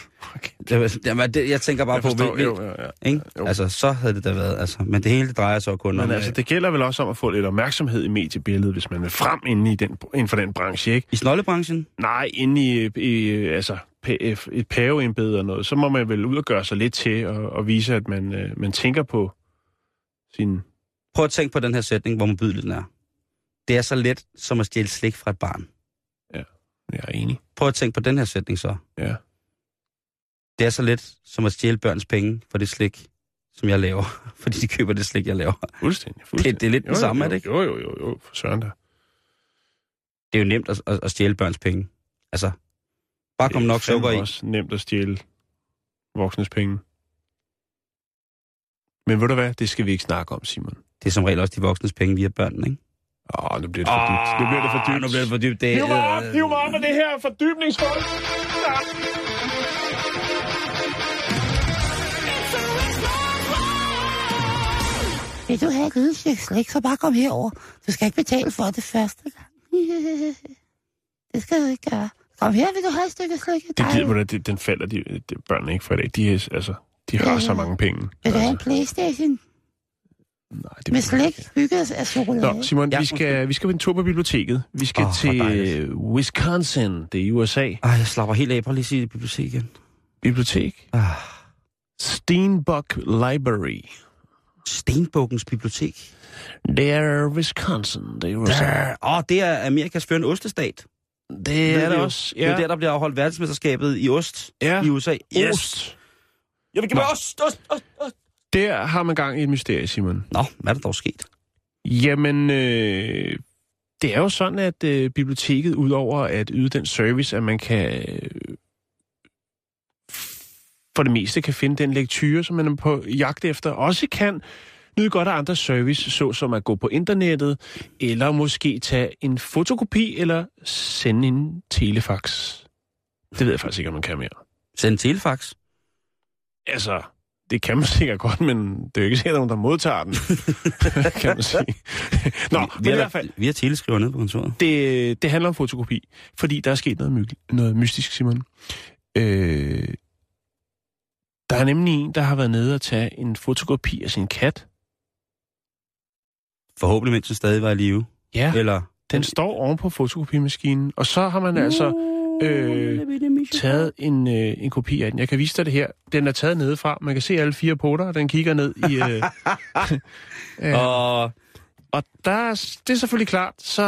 jeg tænker bare ikke? Altså, så havde det da været... Altså, men det hele drejer sig kun om... Men altså, det gælder vel også om at få lidt opmærksomhed i mediebilledet, hvis man vil frem inden for den branche, ikke? I snoldebranchen? Nej, inde i et paveembede og noget. Så må man vel ud og gøre sig lidt til og vise, at man tænker på sin... Prøv at tænke på den her sætning, hvor modbydeligt den er. Det er så let som at stjæle slik fra et barn. Ja, jeg er enig. Prøv at tænke på den her sætning så. Ja. Det er så let som at stjæle børns penge for det slik, som jeg laver. Fordi de køber det slik, jeg laver. Fuldstændig. Det er lidt det samme, er det ikke? Jo, for søren da. Det er jo nemt at stjæle børns penge. Altså, bare kom nok sukker i. Det er også nemt at stjæle voksnes penge. Men ved du hvad, det skal vi ikke snakke om, Simon. Det er som regel også de voksnes penge via børnene, ikke? Nu bliver det for dybt. Nu bliver det for dybt. Hiv mig op med det her fordybningsgulv. Vil du have et lille stykke slik, så bare kom herover. Du skal ikke betale for det første gang. Det skal du ikke gøre. Kom her, vil du have et stykke slik? Det gider du, den falder de børnene ikke for i dag. De har så mange penge. Vil du have en PlayStation? Nej, det med slik bygget af chokolade. Nå, Simon, vi skal på en tur på biblioteket. Vi skal til Wisconsin, det er i USA. Jeg slapper helt af. Prøv lige at sige det bibliotek igen. Bibliotek? Steenbuck Library. Stenbukkens bibliotek? Det er Wisconsin, det er USA. Det er Amerikas førende ostestat. Det er det også, ja. Det er der bliver afholdt verdensmesterskabet i ost i USA. Yes. Ost. Jeg vil give mig ost. Der har man gang i et mysterie, Simon. Nå, hvad er der dog sket? Jamen, det er jo sådan, at biblioteket, udover at yde den service, at man kan for det meste kan finde den lektyre, som man er på jagt efter, også kan nyde godt af andre service, såsom at gå på internettet, eller måske tage en fotokopi, eller sende en telefax. Det ved jeg faktisk ikke, om man kan mere. Sende en telefax? Altså... Det kan man sikkert godt, men det er jo ikke sikkert, at nogen, der modtager den, kan man sige. Nå, men i hvert fald... Vi har teleskriver nede på kontoret. Det handler om fotokopi, fordi der er sket noget mystisk, Simon. Der er nemlig en, der har været nede og tage en fotokopi af sin kat. Forhåbentlig, mens den stadig var i live. Ja, eller... den står oven på fotokopimaskinen, og så har man taget en kopi af den. Jeg kan vise dig det her. Den er taget nedefra. Man kan se alle 4 poter, og den kigger ned i... og det er selvfølgelig klart, så...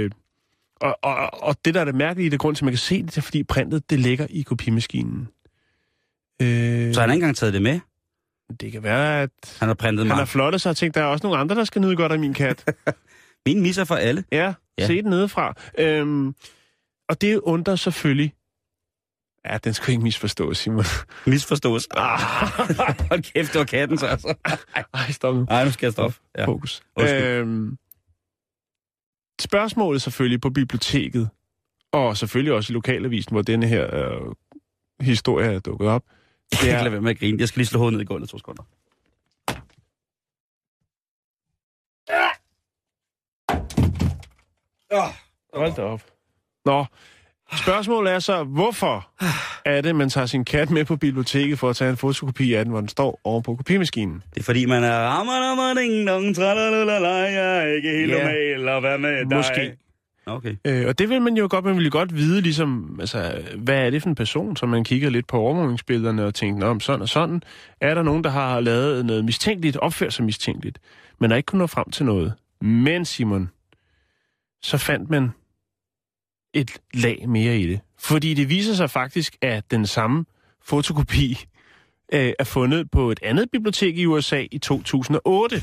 Og det, der er det mærkelige, det grund til, at man kan se det, er, fordi printet, det ligger i kopimaskinen. Så han har ikke engang taget det med? Det kan være, at... Han har printet mig. Han har flottet sig og tænkt, der er også nogle andre, der skal nyde godt af min kat. Min misser for alle. Ja, se den nedefra. Og det undrer selvfølgelig Ja, den skal ikke misforstås, Simon. Misforstås? Hold kæft, det var katten så altså. Ej, stop nu. Nej, nu skal jeg stoppe. Ja. Fokus. Spørgsmålet selvfølgelig på biblioteket, og selvfølgelig også i lokalavisen, hvor denne her historie er dukket op. Jeg kan ikke lade være med at grine. Jeg skal lige slå hovedet ned i gulvet 2 sekunder. Hold da op. Nå, spørgsmålet er så, hvorfor er det, man tager sin kat med på biblioteket for at tage en fotokopi af den, hvor den står oven på kopimaskinen? Det er fordi, man er rammer-ding-dong, tralalala, jeg er ikke helt normal, og hvad med dig? Måske. Okay. Og det vil man jo godt, man vil jo godt vide, ligesom, altså, hvad er det for en person, som man kigger lidt på overvågningsbillederne og tænker, om sådan og sådan, er der nogen, der har lavet noget mistænkeligt, opført sig mistænkeligt, men er ikke kunnet nå frem til noget. Men, Simon, så fandt man et lag mere i det. Fordi det viser sig faktisk, at den samme fotokopi er fundet på et andet bibliotek i USA i 2008.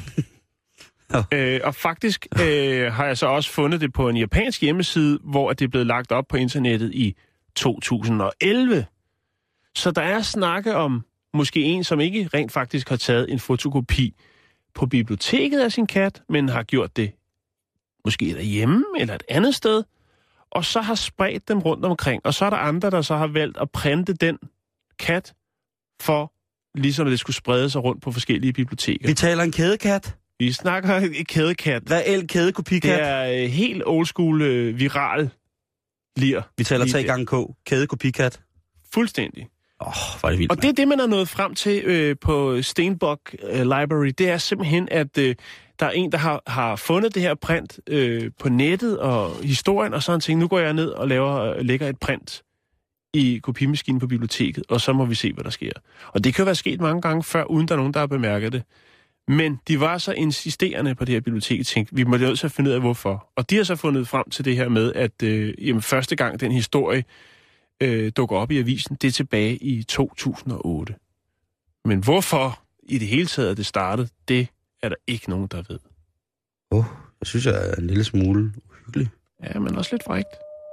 Og faktisk har jeg så også fundet det på en japansk hjemmeside, hvor det er blevet lagt op på internettet i 2011. Så der er snakke om måske en, som ikke rent faktisk har taget en fotokopi på biblioteket af sin kat, men har gjort det måske derhjemme eller et andet sted, og så har spredt dem rundt omkring. Og så er der andre, der så har valgt at printe den kat, for ligesom at det skulle sprede sig rundt på forskellige biblioteker. Vi taler en kædekat. Vi snakker kædekat. Reel kædekopikat. Det er helt old school viral lir. Vi taler 3x K. Kædekopikat. Fuldstændig. Hvor er det vildt, og det er det, man er nået frem til på Stenbock Library. Det er simpelthen, at der er en, der har fundet det her print på nettet og historien, og så har han tænkt, nu går jeg ned og lægger et print i kopimaskinen på biblioteket, og så må vi se, hvad der sker. Og det kan jo være sket mange gange før, uden der er nogen, der har bemærket det. Men de var så insisterende på det her bibliotek, og tænkte, vi må nødt til at finde ud af, hvorfor. Og de har så fundet frem til det her med, at første gang den historie dukker op i avisen, det er tilbage i 2008. Men hvorfor i det hele taget det startede, det er der ikke nogen, der ved. Jeg synes, jeg er en lille smule uhyggelig. Ja, men også lidt frækt.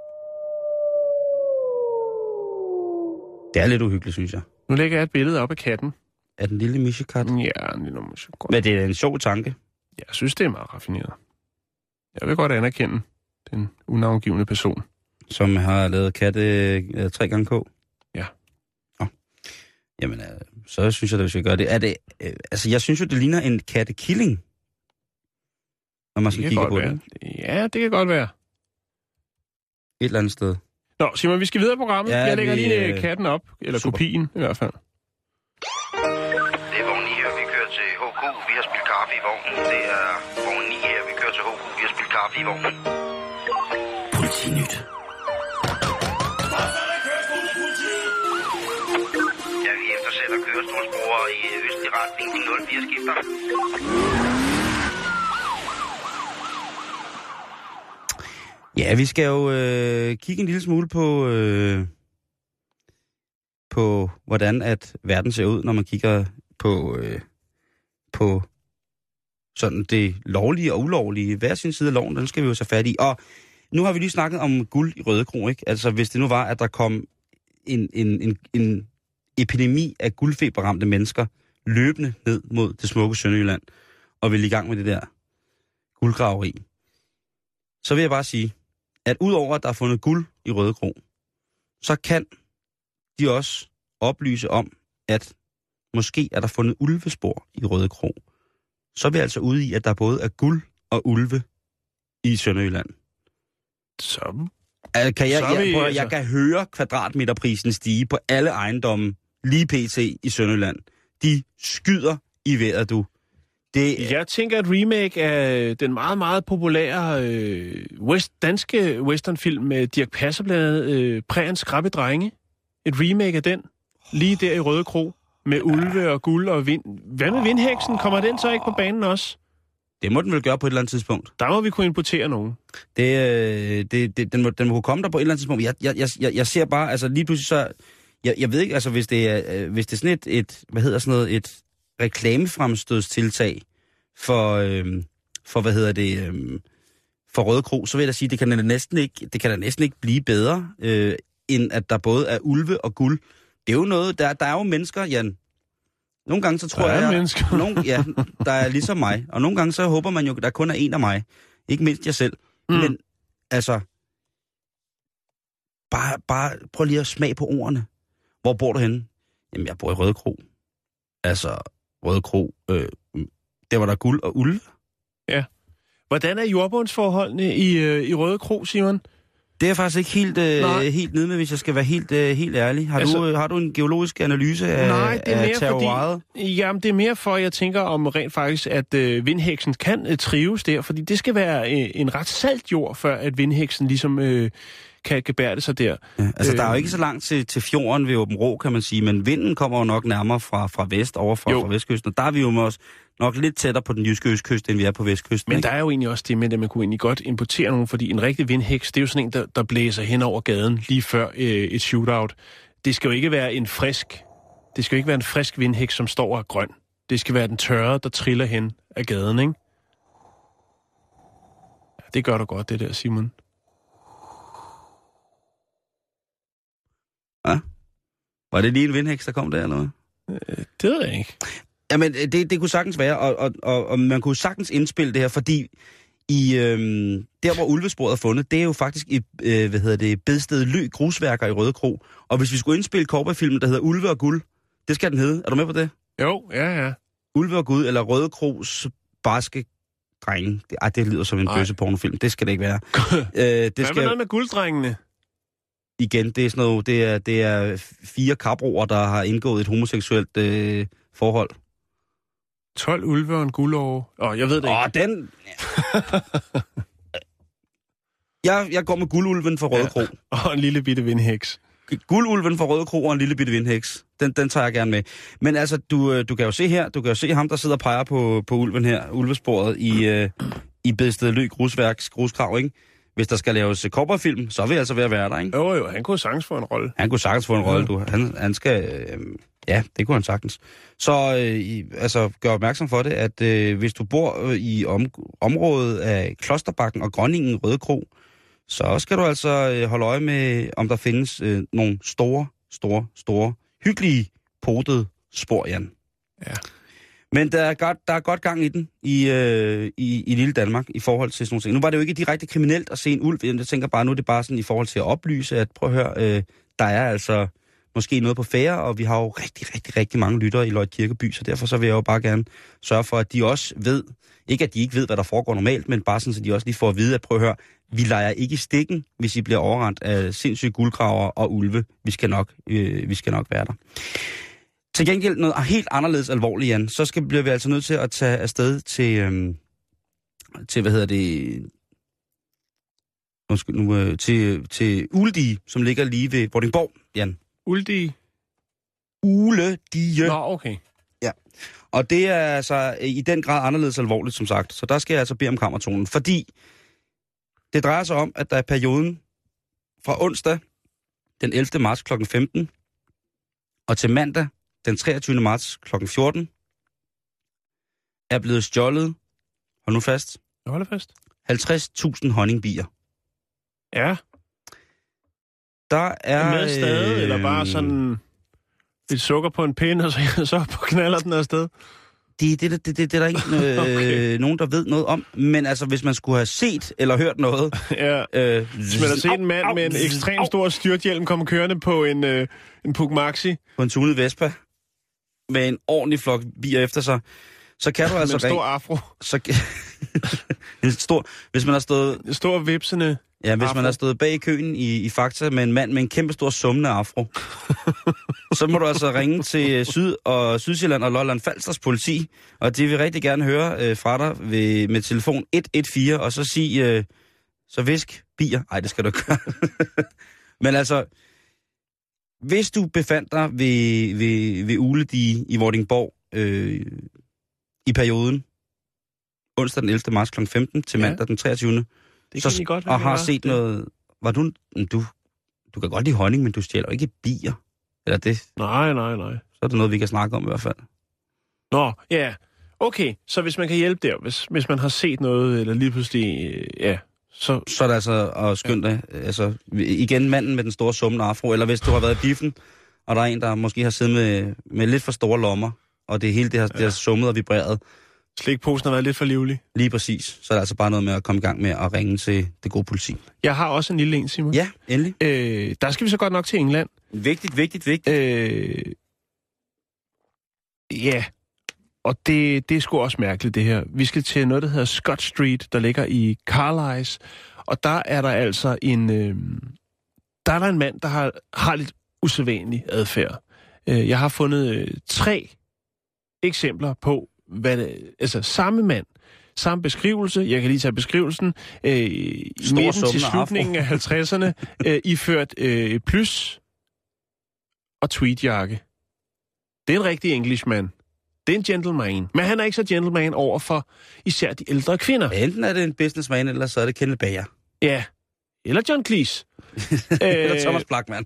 Det er lidt uhyggeligt, synes jeg. Nu lægger jeg et billede op af katten. Er den lille misjekat? Ja, en lille misjekat. Men det er en sjov tanke. Jeg synes, det er meget raffineret. Jeg vil godt anerkende den unavngivende person. Som har lavet katte 3x K? Ja. Jamen, så synes jeg, at vi skal gøre det. Altså, jeg synes jo, det ligner en kattekilling. Når man skal kigge på det. Ja, det kan godt være. Et eller andet sted. Nå, Simon, vi skal videre i programmet. Ja, jeg lægger lige katten op. Eller super. Kopien, i hvert fald. Det er vogn 9 her, vi kører til HK. Vi har spillet kaffe i vognen. Det er vogn 9 her, vi kører til HK. Vi har spillet kaffe i vognen. Politinyt. Ja, vi eftersætter kørestolsbrugere i østlig retning. De 04 skifter. Ja, vi skal jo kigge en lille smule på hvordan at verden ser ud, når man kigger på sådan det lovlige og ulovlige. Hver sin side af loven, den skal vi jo så fat i. Og nu har vi lige snakket om guld i Rødekro, ikke? Altså, hvis det nu var, at der kom en epidemi af guldfeberramte mennesker løbende ned mod det smukke Sønderjylland, og ville i gang med det der guldgraveri, så vil jeg bare sige, at udover at der er fundet guld i Rødekro, så kan de også oplyse om, at måske er der fundet ulvespor i Rødekro. Så er vi altså ude i, at der både er guld og ulve i Sønderjylland. Så jeg kan høre kvadratmeterprisen stige på alle ejendomme lige pt. I Sønderjylland. De skyder i vejret, du. Jeg tænker, at remake af den meget, meget populære danske westernfilm med Dirch Passer blandt andet, Præriens skrappe drenge. Et remake af den, lige der i Rødekro, med ulve og guld og vind. Hvad med vindheksen? Kommer den så ikke på banen også? Det må den vel gøre på et eller andet tidspunkt. Der må vi kunne importere nogen. Den må kunne komme der på et eller andet tidspunkt. Jeg ser bare, altså lige pludselig så... Jeg ved ikke, altså hvis det er sådan et hvad hedder sådan noget, et reklamefremstødstiltag for Rødekro, så vil jeg da sige, det kan da næsten ikke blive bedre. end at der både er ulve og guld. Det er jo noget, der er jo mennesker, Jan. Nogle gange så tror jeg, der er ligesom mig. Og nogle gange så håber man jo, der kun er en af mig. Ikke mindst jeg selv. Men altså, bare prøv lige at smage på ordene. Hvor bor du henne? Jamen, jeg bor i Røde Kro. Altså, Røde Kro, der var der guld og ulve. Ja. Hvordan er jordbundsforholdene i Røde Kro, Simon? Det er faktisk ikke helt nede med, hvis jeg skal være helt ærlig. Har du en geologisk analyse af terroiret? Jamen, det er mere for, jeg tænker om rent faktisk, at vindheksen kan trives der, fordi det skal være en ret salt jord, før at vindheksen ligesom kan gebærde sig der. Ja, altså, der er jo ikke så langt til fjorden ved Åben Rå, kan man sige, men vinden kommer jo nok nærmere fra vest, over fra vestkysten, og der er vi jo også nok lidt tættere på den jyske østkyst, end vi er på vestkysten. Men ikke? der er jo egentlig også det med, at man kunne egentlig godt importere nogen, fordi en rigtig vindheks, det er jo sådan en, der blæser hen over gaden lige før et shootout. Det skal jo ikke være en frisk vindheks, som står og er grøn. Det skal være den tørre, der triller hen af gaden, ikke? Ja, det gør du godt, det der, Simon. Ja. Var det lige en vindheks, der kom der, eller hvad? Det ved jeg ikke. Jamen, det kunne sagtens være, og man kunne sagtens indspille det her, fordi der, hvor ulvesporet er fundet, det er jo faktisk i, Bedsted Lø Grusværker i Røde Kro. Og hvis vi skulle indspille cowboyfilmen, der hedder Ulve og Guld, det skal den hedde. Er du med på det? Jo, ja. Ulve og Guld, eller Røde Kros barske drenge. Det lyder som en bøssepornofilm. Det skal det ikke være. Hvad med noget med gulddrengene? Igen, det er sådan noget, det er 4 kaproer, der har indgået et homoseksuelt forhold. 12 ulve og en guldåre. Jeg ved det ikke. Den... jeg går med guldulven fra Røde Kro. Og en lille bitte vindheks. Guldulven fra Røde Kro og en lille bitte vindheks. Den tager jeg gerne med. Men altså, du kan jo se her, du kan jo se ham, der sidder og peger på ulven her, ulvesporet i Bedsted Lø Grusværks gruskrav, ikke? Hvis der skal laves cowboyfilm, så vil jeg altså ved at være der, ikke? Jo, han kunne sagtens få en rolle. Han kunne sagtens få en rolle, du. Han skal... ja, det kunne han sagtens. Så gør opmærksom for det, at hvis du bor i området af Klosterbakken og Grønningen Røde Kro, så skal du altså holde øje med, om der findes nogle store, hyggelige potede spor, Jan. Ja. Men der er godt gang i den i lille Danmark i forhold til sådan nogle ting. Nu var det jo ikke direkte kriminelt at se en ulv. Jeg tænker bare, nu er det bare sådan i forhold til at oplyse, at prøv at høre, der er altså måske noget på færre, og vi har jo rigtig mange lyttere i Løjt Kirkeby, så derfor så vil jeg jo bare gerne sørge for, at de også ved, ikke at de ikke ved, hvad der foregår normalt, men bare sådan, så de også lige får at vide, at prøv at høre, vi leger ikke i stikken, hvis I bliver overrendt af sindssyge guldkraver og ulve. Vi skal nok være der. Til gengæld noget helt anderledes alvorligt, Jan, så bliver vi altså nødt til at tage afsted til Uledige, som ligger lige ved Vordingborg, Jan. Uledige? Uledige. Nå, okay. Ja, og det er altså i den grad anderledes alvorligt, som sagt. Så der skal jeg altså bede om kammertonen, fordi det drejer sig om, at der er perioden fra onsdag den 11. marts kl. 15 og til mandag den 23. marts kl. 14 er blevet stjålet, hold nu fast, 50.000 honningbier. Ja. Der er... Med stadig, eller bare sådan et sukker på en pind, og så på knaller den afsted? Det er der ikke nogen, der ved noget om. Men altså, hvis man skulle have set eller hørt noget... Ja. Hvis man har set en mand med en ekstremt stor styrthjelm komme kørende på en Puk Maxi. På en tunet Vespa. Med en ordentlig flok bier efter sig. Så kan du altså... Med en stor afro. Hvis man har stået... En stor vipsende... Ja, hvis man har stået bag i køen i Fakta med en mand med en kæmpe stor summende afro, så må du altså ringe til Sydsjælland og Lolland Falsters politi, og de vil rigtig gerne høre fra dig med telefon 114, og så sig, så visk bier. Ej, det skal du ikke gøre. Men altså, hvis du befandt dig ved Uledige i Vordingborg i perioden onsdag den 11. marts kl. 15 til mandag den 23. Så, godt, og har set noget... Var du kan godt lide honning, men du stjæler ikke bier. Eller det? Nej. Så er det noget, vi kan snakke om i hvert fald. Nå, ja. Okay, så hvis man kan hjælpe der, hvis man har set noget, eller lige pludselig, så er det altså at skynde dig. Altså, igen manden med den store summende afro, eller hvis du har været i biffen, og der er en, der måske har siddet med lidt for store lommer, og det hele det har summet og vibreret. Slikposen har været lidt for livlig. Lige præcis. Så er det altså bare noget med at komme i gang med at ringe til det gode politi. Jeg har også en lille en, Simon. Ja, endelig. Der skal vi så godt nok til England. Vigtigt. Ja, og det er sgu også mærkeligt, det her. Vi skal til noget, der hedder Scott Street, der ligger i Carlisle. Og der er der altså en mand, der har lidt usædvanlig adfærd. Jeg har fundet 3 eksempler på, samme mand, samme beskrivelse, jeg kan lige tage beskrivelsen, midten til slutningen af 50'erne, iført plus og tweedjakke. Det er en rigtig Englishman. Det er en gentleman. Men han er ikke så gentleman over for især de ældre kvinder. Enten er det en businessman, eller så er det Kenneth Bager. Ja. Eller John Cleese. Eller Thomas Blackman.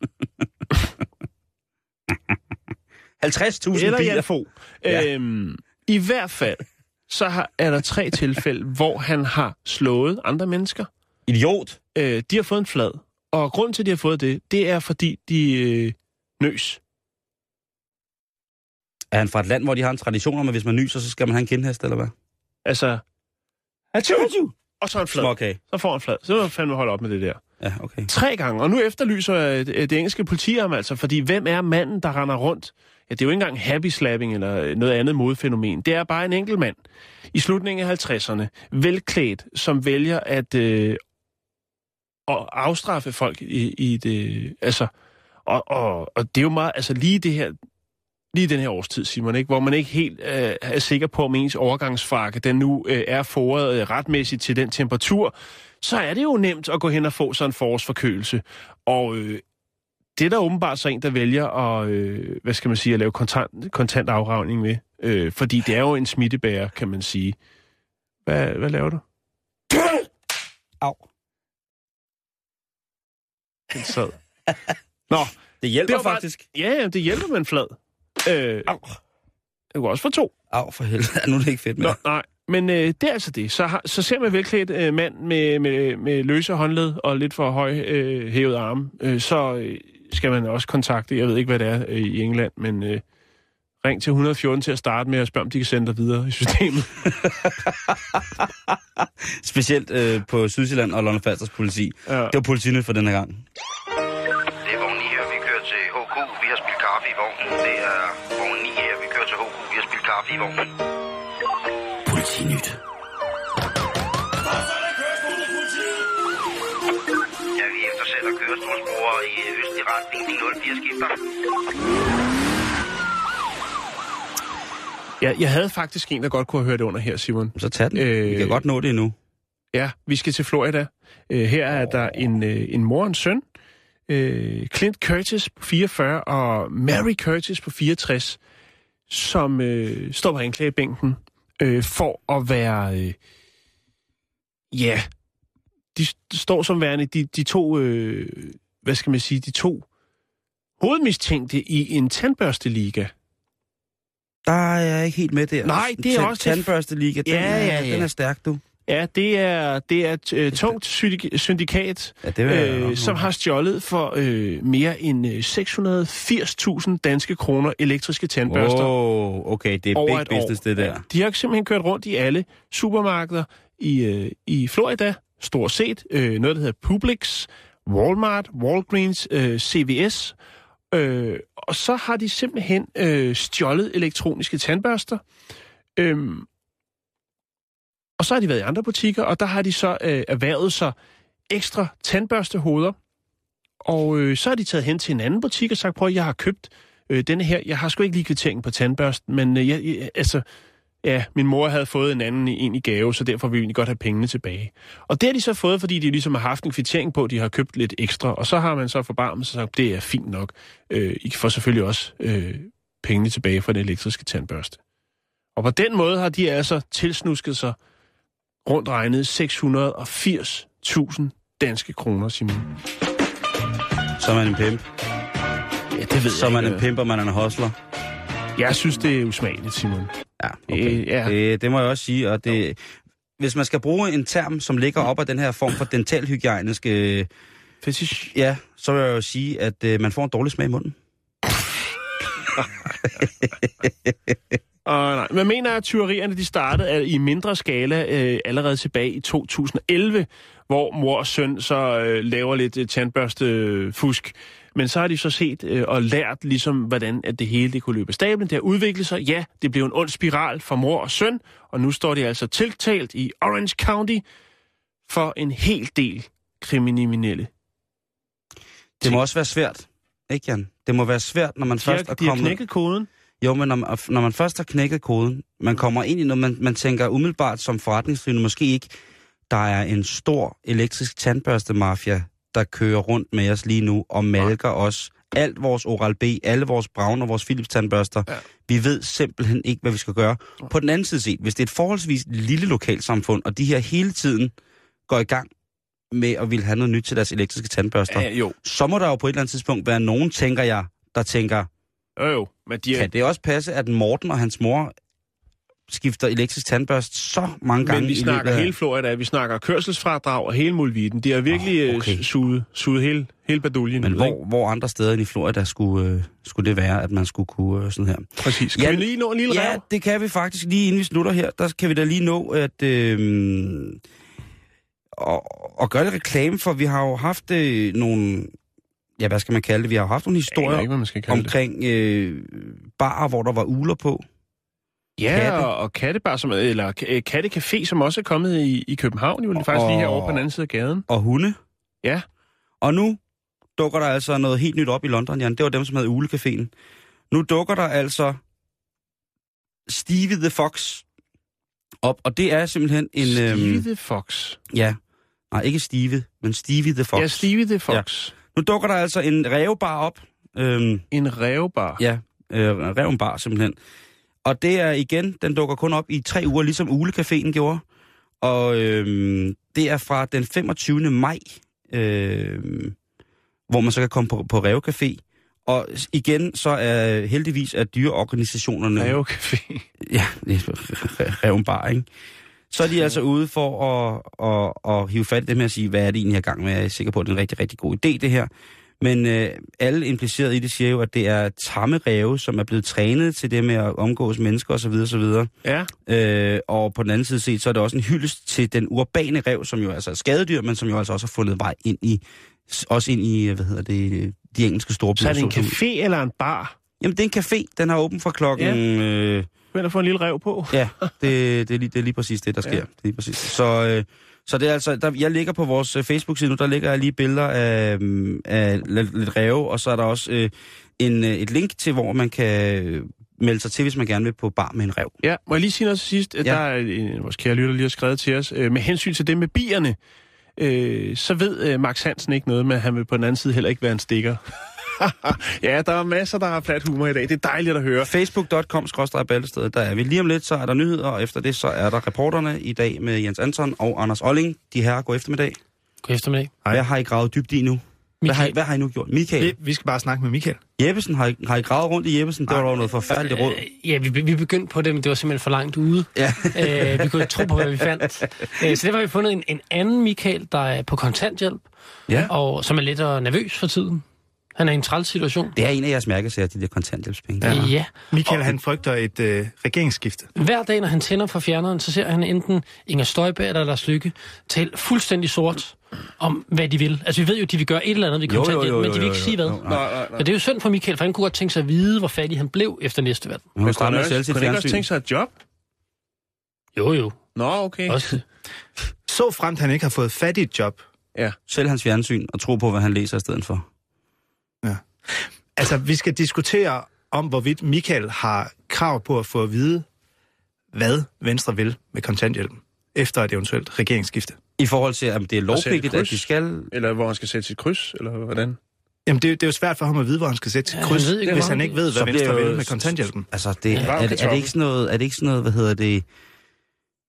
50.000 eller biler. Jan Fogh. Ja. I hvert fald, så er der 3 tilfælde, hvor han har slået andre mennesker. Idiot. De har fået en flad. Og grunden til, at de har fået det er, fordi de nøs. Er han fra et land, hvor de har en tradition om, at hvis man nyser, så skal man have en kindhest, eller hvad? Altså, og så en flad. Okay. Så får han flad. Så må man fandme holde op med det der. Ja, okay. 3 gange. Og nu efterlyser det engelske politi ham altså, fordi hvem er manden, der render rundt? Ja, det er jo ikke engang happy slapping eller noget andet modfænomen. Det er bare en enkelt mand i slutningen af 50'erne, velklædt, som vælger at afstraffe folk i det. Altså, og det er jo meget, altså lige den her årstid, Simon, ikke? Hvor man ikke helt er sikker på, om ens overgangsfrakke, den nu er foret retmæssigt til den temperatur, så er det jo nemt at gå hen og få sådan en forårsforkølelse. Og det er der åbenbart så en, der vælger at, at lave kontant afregning med. Fordi det er jo en smittebærer, kan man sige. Hvad laver du? Au. Den sad. Nå. Det hjælper det faktisk. Ja, det hjælper med en flad. Au. Det var også for 2. Au, for helvede. Nu er det ikke fedt mere. Nå, nej. Men det er altså det. Så ser man velklædt mand med løse håndled og lidt for høj hævet arme, så skal man også kontakte, jeg ved ikke, hvad det er i England, men ring til 114 til at starte med og spørge, om de kan sende dig videre i systemet. Specielt på Sydsjælland og London Falsters politi. Ja. Det var politinyt for den her gang. Det er vogn 9 her, vi kører til HK. Vi har spillet kaffe i vognen. Det er vogn 9 her, vi kører til HK. Vi har spillet kaffe i vognen. Politinyt. Ja, vi eftersætter kørestolsbrugere i østlig retning. De 04 skifter. Ja, jeg havde faktisk en, der godt kunne have hørt det under her, Simon. Så tag den. Vi kan godt nå det endnu. Ja, vi skal til Florida. Her er der en mor og en søn. Clint Curtis på 44 og Mary Curtis på 64, som står på anklagebænken for at være... de står som værende de to... de to hovedmistænkte i en tandbørsteliga. Der er jeg ikke helt med der. Nej, det er også... Tandbørsteliga, den er stærk, du. Ja, det er et tungt syndikat, som har stjålet for mere end 680.000 danske kroner elektriske tandbørster. Okay, det er big business, det der. De har simpelthen kørt rundt i alle supermarkeder i Florida, stort set. Noget, der hedder Publix, Walmart, Walgreens, CVS. Og så har de simpelthen stjålet elektroniske tandbørster. Og så har de været i andre butikker, og der har de så erhvervet sig ekstra tandbørstehoveder. Og så har de taget hen til en anden butik og sagt, prøv, jeg har købt denne her. Jeg har sgu ikke lige kvitteringen på tandbørsten, men min mor havde fået en anden en i gave, så derfor vil vi egentlig godt have pengene tilbage. Og det har de så fået, fordi de ligesom har haft en kvittering på, de har købt lidt ekstra. Og så har man så forbarmet sig og sagt, det er fint nok. I får selvfølgelig også pengene tilbage for den elektriske tandbørste. Og på den måde har de altså tilsnusket sig rundt regnet 680.000 danske kroner, Simon. Så er man en pimp. Ja, det ved så er man en pimp, og man er en hustler. Jeg synes, det er usmageligt, Simon. Ja, okay. Det må jeg også sige, og det... hvis man skal bruge en term, som ligger op af den her form for dentalhygiejniske... Fetish. Ja, så vil jeg jo sige, at man får en dårlig smag i munden. Nej. Man mener, at tyverierne de startede i mindre skala allerede tilbage i 2011, hvor mor og søn så laver lidt tandbørstefusk. Men så har de så set og lært ligesom, hvordan at det hele det kunne løbe af stablen. Det har udviklet sig. Ja, det blev en ond spiral for mor og søn, og nu står de altså tiltalt i Orange County for en hel del kriminelle. Det må også være svært, ikke Jan? Det må være svært, når man først er kommet... De har knækket koden. Jo, men når man først har knækket koden, man kommer ind i noget, man tænker umiddelbart som forretningsdrivende, måske ikke, der er en stor elektrisk tandbørstemafia, der kører rundt med os lige nu og malker os. Alt vores Oral-B, alle vores Braun og vores Philips tandbørster. Ja. Vi ved simpelthen ikke, hvad vi skal gøre. På den anden side set, hvis det er et forholdsvis lille lokalsamfund, og de her hele tiden går i gang med at ville have noget nyt til deres elektriske tandbørster, så må der jo på et eller andet tidspunkt være nogen, tænker jeg, der tænker, men kan det også passe, at Morten og hans mor skifter elektrisk tandbørst så mange gange? Men vi snakker hele Florida, vi snakker kørselsfradrag og hele muligheden. De har virkelig suget hele baduljen. Men hvor andre steder end i Florida skulle det være, at man skulle kunne sådan her? Præcis. Kan vi lige nå en lille rev? Ja, det kan vi faktisk lige inden vi slutter her. Der kan vi da lige nå at og gøre det reklame, for vi har jo haft nogle... Ja, hvad skal man kalde det? Vi har jo haft nogle historier omkring barer, hvor der var ugler på. Ja, og kattebar, eller kattecafé, som også er kommet i København. Jo, faktisk lige herovre på den anden side af gaden. Og hunde. Ja. Og nu dukker der altså noget helt nyt op i London, Jan. Det var dem, som havde Uglecaféen. Nu dukker der altså Stevie the Fox op, og det er simpelthen en... Stevie the Fox? Ja. Nej, ikke Stevie, men Stevie the Fox. Ja, Stevie the Fox. Ja. Nu dukker der altså en rævebar op. En rævebar? Ja, rævenbar simpelthen. Og det er igen, den dukker kun op i 3 uger, ligesom Uglecaféen gjorde. Og det er fra den 25. maj, hvor man så kan komme på Rævecafé. Og igen, så er heldigvis at dyreorganisationerne... Rævecafé? Ja, det er rævenbar, ikke? Så er de altså ude for at hive fat i dem her og sige, hvad er det egentlig her gang med? Jeg er sikker på, at det er en rigtig, rigtig god idé, det her. Men alle implicerede i det siger jo, at det er tamme ræve, som er blevet trænet til det med at omgås mennesker osv. osv. Ja. Og på den anden side set, så er det også en hyldest til den urbane ræv, som jo altså er skadedyr, men som jo altså også har fundet vej ind i, de engelske storbyer. Så er det en café eller en bar? Jamen, det er en café. Den har åben fra klokken... Ja. Vil få en lille rev på? Ja, det er lige præcis det, der sker. Ja. Det er lige præcis. Så det er altså, jeg ligger på vores Facebook-side nu, der ligger jeg lige billeder af lidt ræve, og så er der også et link til, hvor man kan melde sig til, hvis man gerne vil på bar med en ræv. Ja, må jeg lige sige noget til sidst? Ja. Der er vores kære lytter lige har skrevet til os. Med hensyn til det med bierne, så ved Max Hansen ikke noget, men han vil på den anden side heller ikke være en stikker. Ja, der er masser, der har flat humor i dag. Det er dejligt at høre. Facebook.com/Bæltestedet. Der er vi lige om lidt, så er der nyheder, og efter det, så er der reporterne i dag med Jens Anton og Anders Olling. De her, god eftermiddag. God eftermiddag. Hvad har I gravet dybt i nu? Hvad har I nu gjort? Michael? Vi skal bare snakke med Michael. Jeppesen, har I gravet rundt i Jeppesen? Det var dog noget forfærdeligt råd. Ja, vi begyndte på det, men det var simpelthen for langt ude. Ja. Vi kunne ikke tro på, hvad vi fandt. Så derfor har vi fundet en anden Michael, der er på kontanthjælp, og som er lidt nervøs for tiden. Han er i en træls situation. Det er en af jeres mærkesager, de der kontanthjælpspenge. Ja. Michael, han frygter et regeringsskifte. Hver dag, når han tænder for fjerneren, så ser han enten Inger Støjberg eller Lars Løkke tale fuldstændig sort om, hvad de vil. Altså, vi ved jo, de vil gøre et eller andet ved kontanthjælp, men de vil ikke sige hvad. Og det er jo synd for Michael, for han kunne godt tænke sig at vide, hvor fattig han blev efter næste valg. Men kunne han ikke også tænke sig et job? Jo. Nå, okay. Også. Så fremt han ikke har fået fat i et job. Ja. Selv hans fjernsyn og tro på, hvad han læser i stedet for. Ja. Altså, vi skal diskutere om, hvorvidt Michael har krav på at få at vide, hvad Venstre vil med kontanthjælpen, efter et eventuelt regeringsskifte. I forhold til, at det er lovpligtigt, at de skal... Eller hvor han skal sætte sit kryds, eller hvordan? Jamen, det er jo svært for ham at vide, hvor han skal sætte sit kryds, hvis han ikke ved, hvad Venstre vil med kontanthjælpen. Altså, er det ikke sådan noget, hvad hedder det...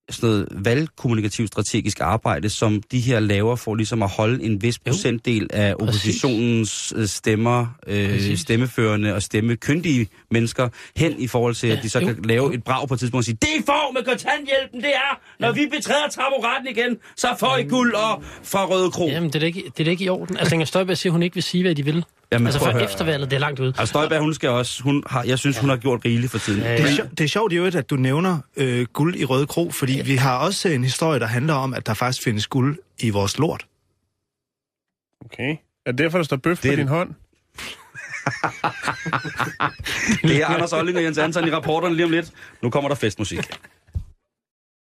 sådan noget valgkommunikativt strategisk arbejde, som de her laver for ligesom at holde en vis procentdel af oppositionens stemmer, stemmeførende og stemmekyndige mennesker hen i forhold til, at de så kan lave et brag på et tidspunkt og sige, det I får med kontanthjælpen, det er, når vi betræder taburetten igen, så får I guld og fra Røde Kro. Jamen, det er da ikke i orden. Altså, Inger Støjberg siger, hun ikke vil sige, hvad de vil. Jamen, altså, for eftervalget, det er langt ude. Altså, Støjberg, hun skal også, jeg synes, hun har gjort rigeligt for tiden. Det er sjovt jo, at du nævner guld i Røde Kro, fordi vi har også en historie, der handler om, at der faktisk findes guld i vores lort. Okay. Er det derfor, der står bøf på din hånd? Det er Anders Olling og Jens Anton i rapporterne lige om lidt. Nu kommer der festmusik.